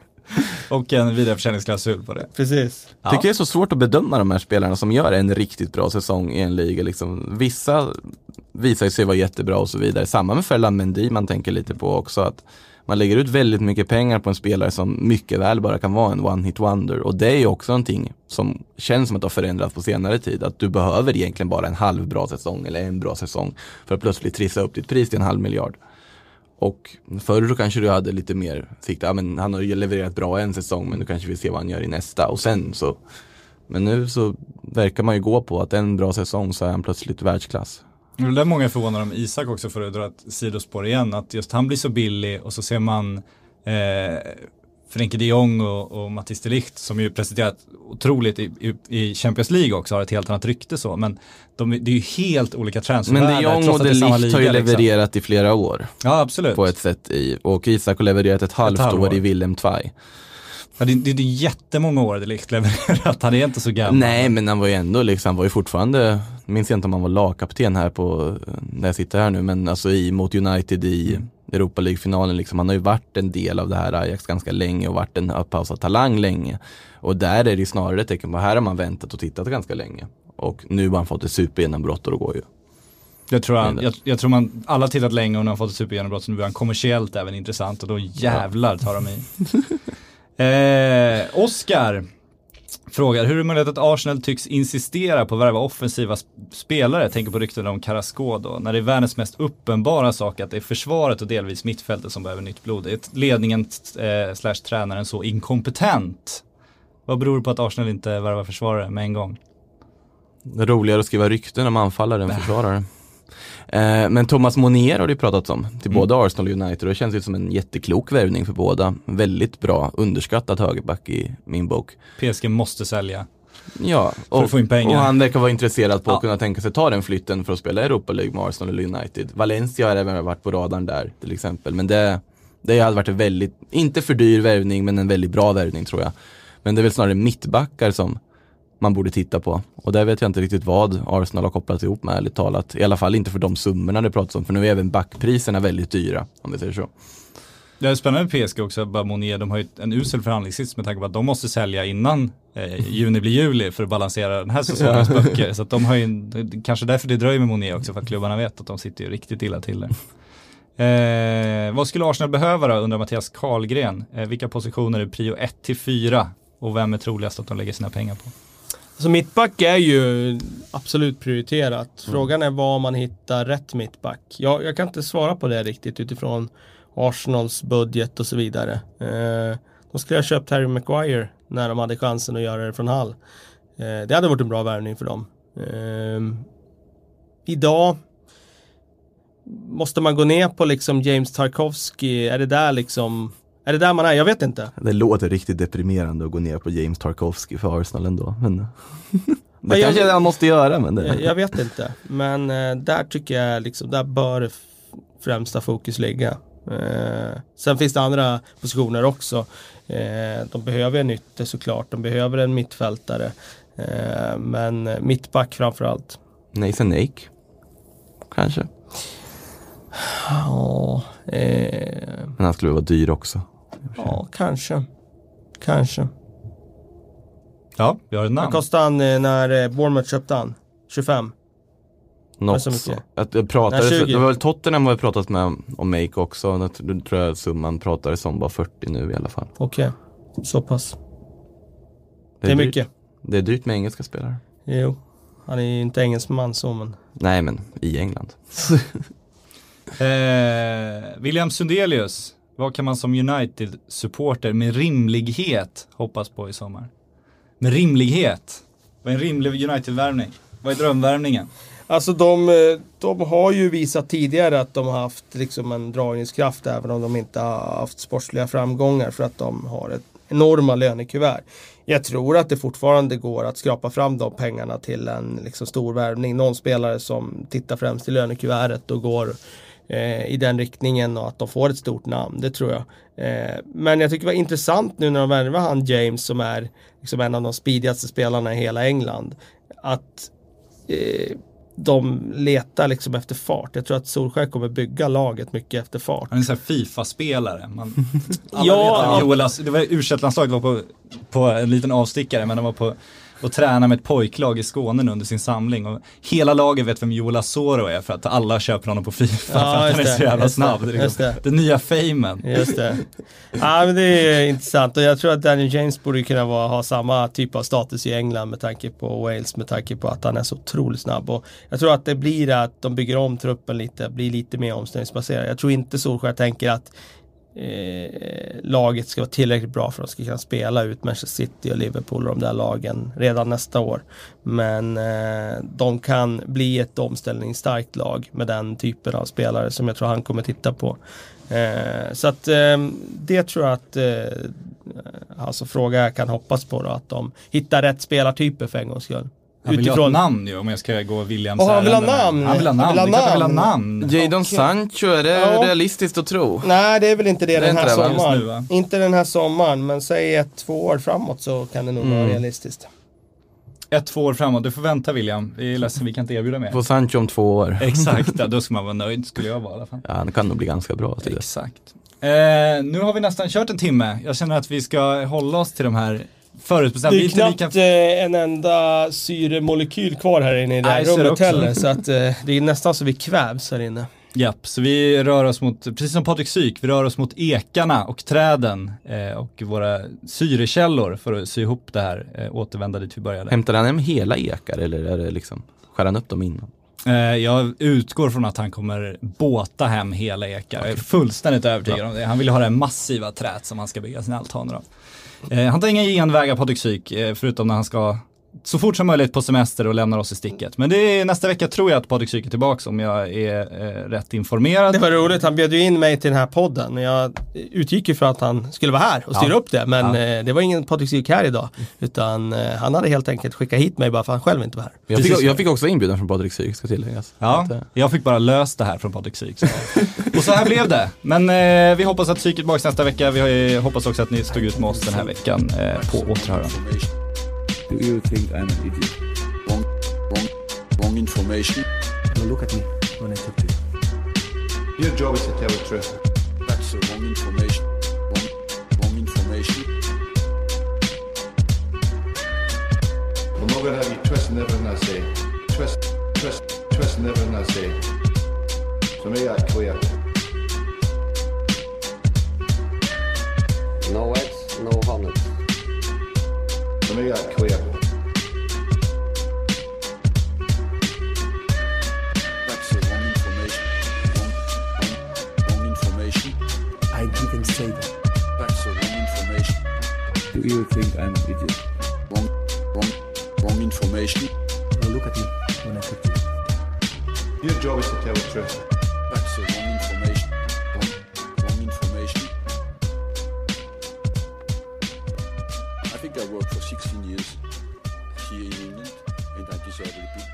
Och en vidareförsäljningsklausul på det. Precis. Jag tycker det är så svårt att bedöma de här spelarna som gör en riktigt bra säsong i en liga. Liksom, vissa visar sig vara jättebra och så vidare. Samma med Ferland Mendy, man tänker lite på också, att man lägger ut väldigt mycket pengar på en spelare som mycket väl bara kan vara en one-hit wonder. Och det är ju också någonting som känns som att det har förändrats på senare tid. Att du behöver egentligen bara en halv bra säsong eller en bra säsong för att plötsligt trissa upp ditt pris till en halv miljard. Och förr då kanske du hade lite mer sikt, ja, men han har ju levererat bra en säsong, men du kanske vill se vad han gör i nästa. Och sen så, men nu så verkar man ju gå på att en bra säsong så är han plötsligt världsklass. Det är många förvånar om Isak också, för att dra ett sidospår igen, att just han blir så billig, och så ser man eh, Frenkie de Jong och, och Matthijs de Ligt som ju presenterat otroligt i, i, i Champions League också, har ett helt annat rykte så, men de, det är ju helt olika transfervärldar. Men de Jong och de Ligt har ju levererat liksom i flera år. Ja, absolut. På ett sätt i, och Isak har levererat ett halvt ett år i Willem Tvei. Ja, det, det, det är jättemånga år det Ligt levererat, han är inte så gammal. Nej, men han var ju ändå liksom, han var ju fortfarande, minns jag inte om han var lagkapten här på, när jag sitter här nu, men alltså i, mot United i mm. Europa League-finalen liksom, han har ju varit en del av det här Ajax ganska länge och varit en uppausad talang länge. Och där är det ju snarare ett tecken på, här har man väntat och tittat ganska länge. Och nu har han fått ett supergenombrott och då går ju. Jag tror, han, jag, jag tror man, alla har tittat länge och nu har fått ett supergenombrott, så nu är han kommersiellt även intressant, och då jävlar tar de i. Eh, Oscar frågar, hur är det möjligt att Arsenal tycks insistera på att värva offensiva sp- spelare? Jag tänker på rykten om Carrasco då, när det är världens mest uppenbara sak att det är försvaret och delvis mittfältet som behöver nytt blod. Är ledningen eh, slash tränaren så inkompetent? Vad beror det på att Arsenal inte värvar försvarare med en gång? Det är roligare att skriva rykten om anfallare än försvarare. Eh, men Thomas Monier har det pratat om till mm. både Arsenal och United, och det känns ju som en jätteklok värvning för båda. Väldigt bra, underskattad högerback i min bok. P S G måste sälja. Ja, och, för att få in pengar. Och han verkar vara intresserad på ja. att kunna tänka sig ta den flytten för att spela Europa League med Arsenal eller United. Valencia har även varit på radarn där till exempel, men det, det hade varit en väldigt, inte för dyr värvning, men en väldigt bra värvning tror jag. Men det är väl snarare mittbackar som man borde titta på. Och där vet jag inte riktigt vad Arsenal har kopplat ihop med, ärligt talat. I alla fall inte för de summorna det pratas om, för nu är även backpriserna väldigt dyra, om vi säger så. Det är spännande med P S G också, bara Monier, de har ju en usel förhandlingssits med tanke på att de måste sälja innan eh, juni blir juli för att balansera den här säsongens böcker. Så att de har ju, kanske därför det dröjer med Monier också, för att klubbarna vet att de sitter ju riktigt illa till där. Eh, vad skulle Arsenal behöva då, undrar Mattias Karlgren? Eh, vilka positioner är prio ett till fyra och vem är troligast att de lägger sina pengar på? Så mittback är ju absolut prioriterat. Frågan är var man hittar rätt mittback. Jag, jag kan inte svara på det riktigt utifrån Arsenals budget och så vidare. Eh, de skulle ha köpt Harry Maguire när de hade chansen att göra det från Hull. Eh, det hade varit en bra värvning för dem. Eh, idag måste man gå ner på liksom James Tarkowski. Är det där liksom... Är det där man är? Jag vet inte. Det låter riktigt deprimerande att gå ner på James Tarkowski för Arsenal ändå. Men det men kanske jag, han måste göra. Men det... jag, jag vet inte. Men eh, där tycker jag liksom, där bör f- främsta fokus ligga. Eh, sen finns det andra positioner också. Eh, de behöver en ytter såklart. De behöver en mittfältare. Eh, men mittback framförallt. Nathan Ake. Kanske. Ja. Eh, men han skulle vara dyr också. Ja, kanske. Kanske. Ja, vi har ett namn. Vad kostade han eh, när Bournemouth köpte han? tjugofem? Något så. så Att jag pratade, Nej, det var väl Tottenham har pratat med om Make också. Nu tror jag summan pratades om bara fyrtio nu i alla fall. Okej, okay. Så pass. Det är, det är mycket. Dyrt. Det är dyrt med engelska spelare. Jo, han är ju inte engelsman så men... Nej, men i England. eh, William Sundelius, vad kan man som United-supporter med rimlighet hoppas på i sommar? Med rimlighet? Vad är en rimlig United-värvning? Vad är drömvärvningen? Alltså de, de har ju visat tidigare att de har haft liksom en dragningskraft även om de inte har haft sportsliga framgångar för att de har ett enorma lönekuvert. Jag tror att det fortfarande går att skrapa fram de pengarna till en liksom stor värvning. Någon spelare som tittar främst i lönekuvertet och går eh, i den riktningen och att de får ett stort namn, det tror jag. Eh, men jag tycker det var intressant nu när de värvar han James som är liksom en av de speedigaste spelarna i hela England. Att eh, de letar liksom efter fart. Jag tror att Solskjaer kommer bygga laget mycket efter fart. Han är en sån här FIFA-spelare. Man, alla ja, vet Joel, det var U tjugoett-landslaget var på, på en liten avstickare, men de var på och träna med ett pojklag i Skåne under sin samling. Och hela laget vet vem Joel Asoro är för att alla köper honom på FIFA ja, för att han är så jävla just snabb. Det, just det. Den nya famen. Just det. Ja, men det är intressant och jag tror att Daniel James borde kunna vara, ha samma typ av status i England med tanke på Wales, med tanke på att han är så otroligt snabb. Och jag tror att det blir att de bygger om truppen lite, blir lite mer omställningsbaserad. Jag tror inte Solskjaer tänker att Eh, laget ska vara tillräckligt bra för att de ska kunna spela ut Manchester City och Liverpool och de där lagen redan nästa år. Men eh, de kan bli ett omställningsstarkt lag med den typen av spelare som jag tror han kommer titta på. Eh, så att eh, det tror jag att eh, alltså fråga jag kan hoppas på då, att de hittar rätt spelartyper för en gångs skull. Han vill utifrån... ha ett namn ju, om jag ska gå Williams oh, han vill ha namn. Han vill ha namn. Han vill ha namn. namn. Jadon okay. Sancho, är det ja. realistiskt att tro? Nej, det är väl inte det, det den här inte sommaren. Nu, inte den här sommaren, men säg ett, två år framåt så kan det nog mm. vara realistiskt. Ett, två år framåt, du får vänta William. Vi är ledsen, vi kan inte erbjuda mer. På Sancho om två år. Exakt, då ska man vara nöjd, skulle jag vara i alla fall. Ja, det kan nog bli ganska bra till det. Exakt. Eh, nu har vi nästan kört en timme. Jag känner att vi ska hålla oss till de här förutbestämt. Det är knappt lika... en enda syremolekyl kvar här inne i det här rummet heller, så att eh, det är nästan så vi kvävs här inne. Japp, så vi rör oss mot, precis som Patrik Syk, vi rör oss mot ekarna och träden eh, och våra syrekällor för att sy ihop det här, eh, återvända dit vi började. Hämtar han hem hela ekar eller är det liksom, skär han upp dem innan? Eh, jag utgår från att han kommer båta hem hela ekar. Jag är fullständigt övertygad om det. Han vill ha det massiva trät som han ska bygga sin altaner av. Eh, han tar inga genvägar Patrik Syk, eh, förutom när han ska så fort som möjligt på semester och lämnar oss i sticket. Men det är nästa vecka tror jag att Patrik Syk är tillbaka om jag är eh, rätt informerad. Det var roligt, han bjöd ju in mig till den här podden. Men jag utgick ju för att han skulle vara här och styra Ja. upp det. Men Ja. eh, det var ingen Patrik Syk här idag. Utan eh, han hade helt enkelt skickat hit mig bara för att han själv inte var här. Jag fick, jag fick också inbjudan från Patrik Syk, ska tilläggas. Ja, Att, eh, jag fick bara löst det här från Patrik Syk. Så. Och så här blev det. Men eh, vi hoppas att Syk är tillbaka nästa vecka. Vi har, ju- hoppas också att ni stod ut med oss den här veckan eh, på återhörande. Do you think I'm an idiot? Wrong, wrong, wrong information. Now look at me when I talk to you. Your job is to tell the truth. That's the wrong information. Wrong, wrong information. I'm not going to have you twisting everything I say. Twist, twist, twisting everything I say. So make that clear. No eggs, no hornets. So make that clear. That's the wrong information. Wrong, wrong, wrong information. I didn't say that. That's the wrong information. Do you think I'm an idiot? Wrong, wrong, wrong information. Now look at me when I talk to you. Your job is to tell the truth. That's the wrong information. Wrong, wrong information. I think I worked for sixteen years here in England, and I deserve a bit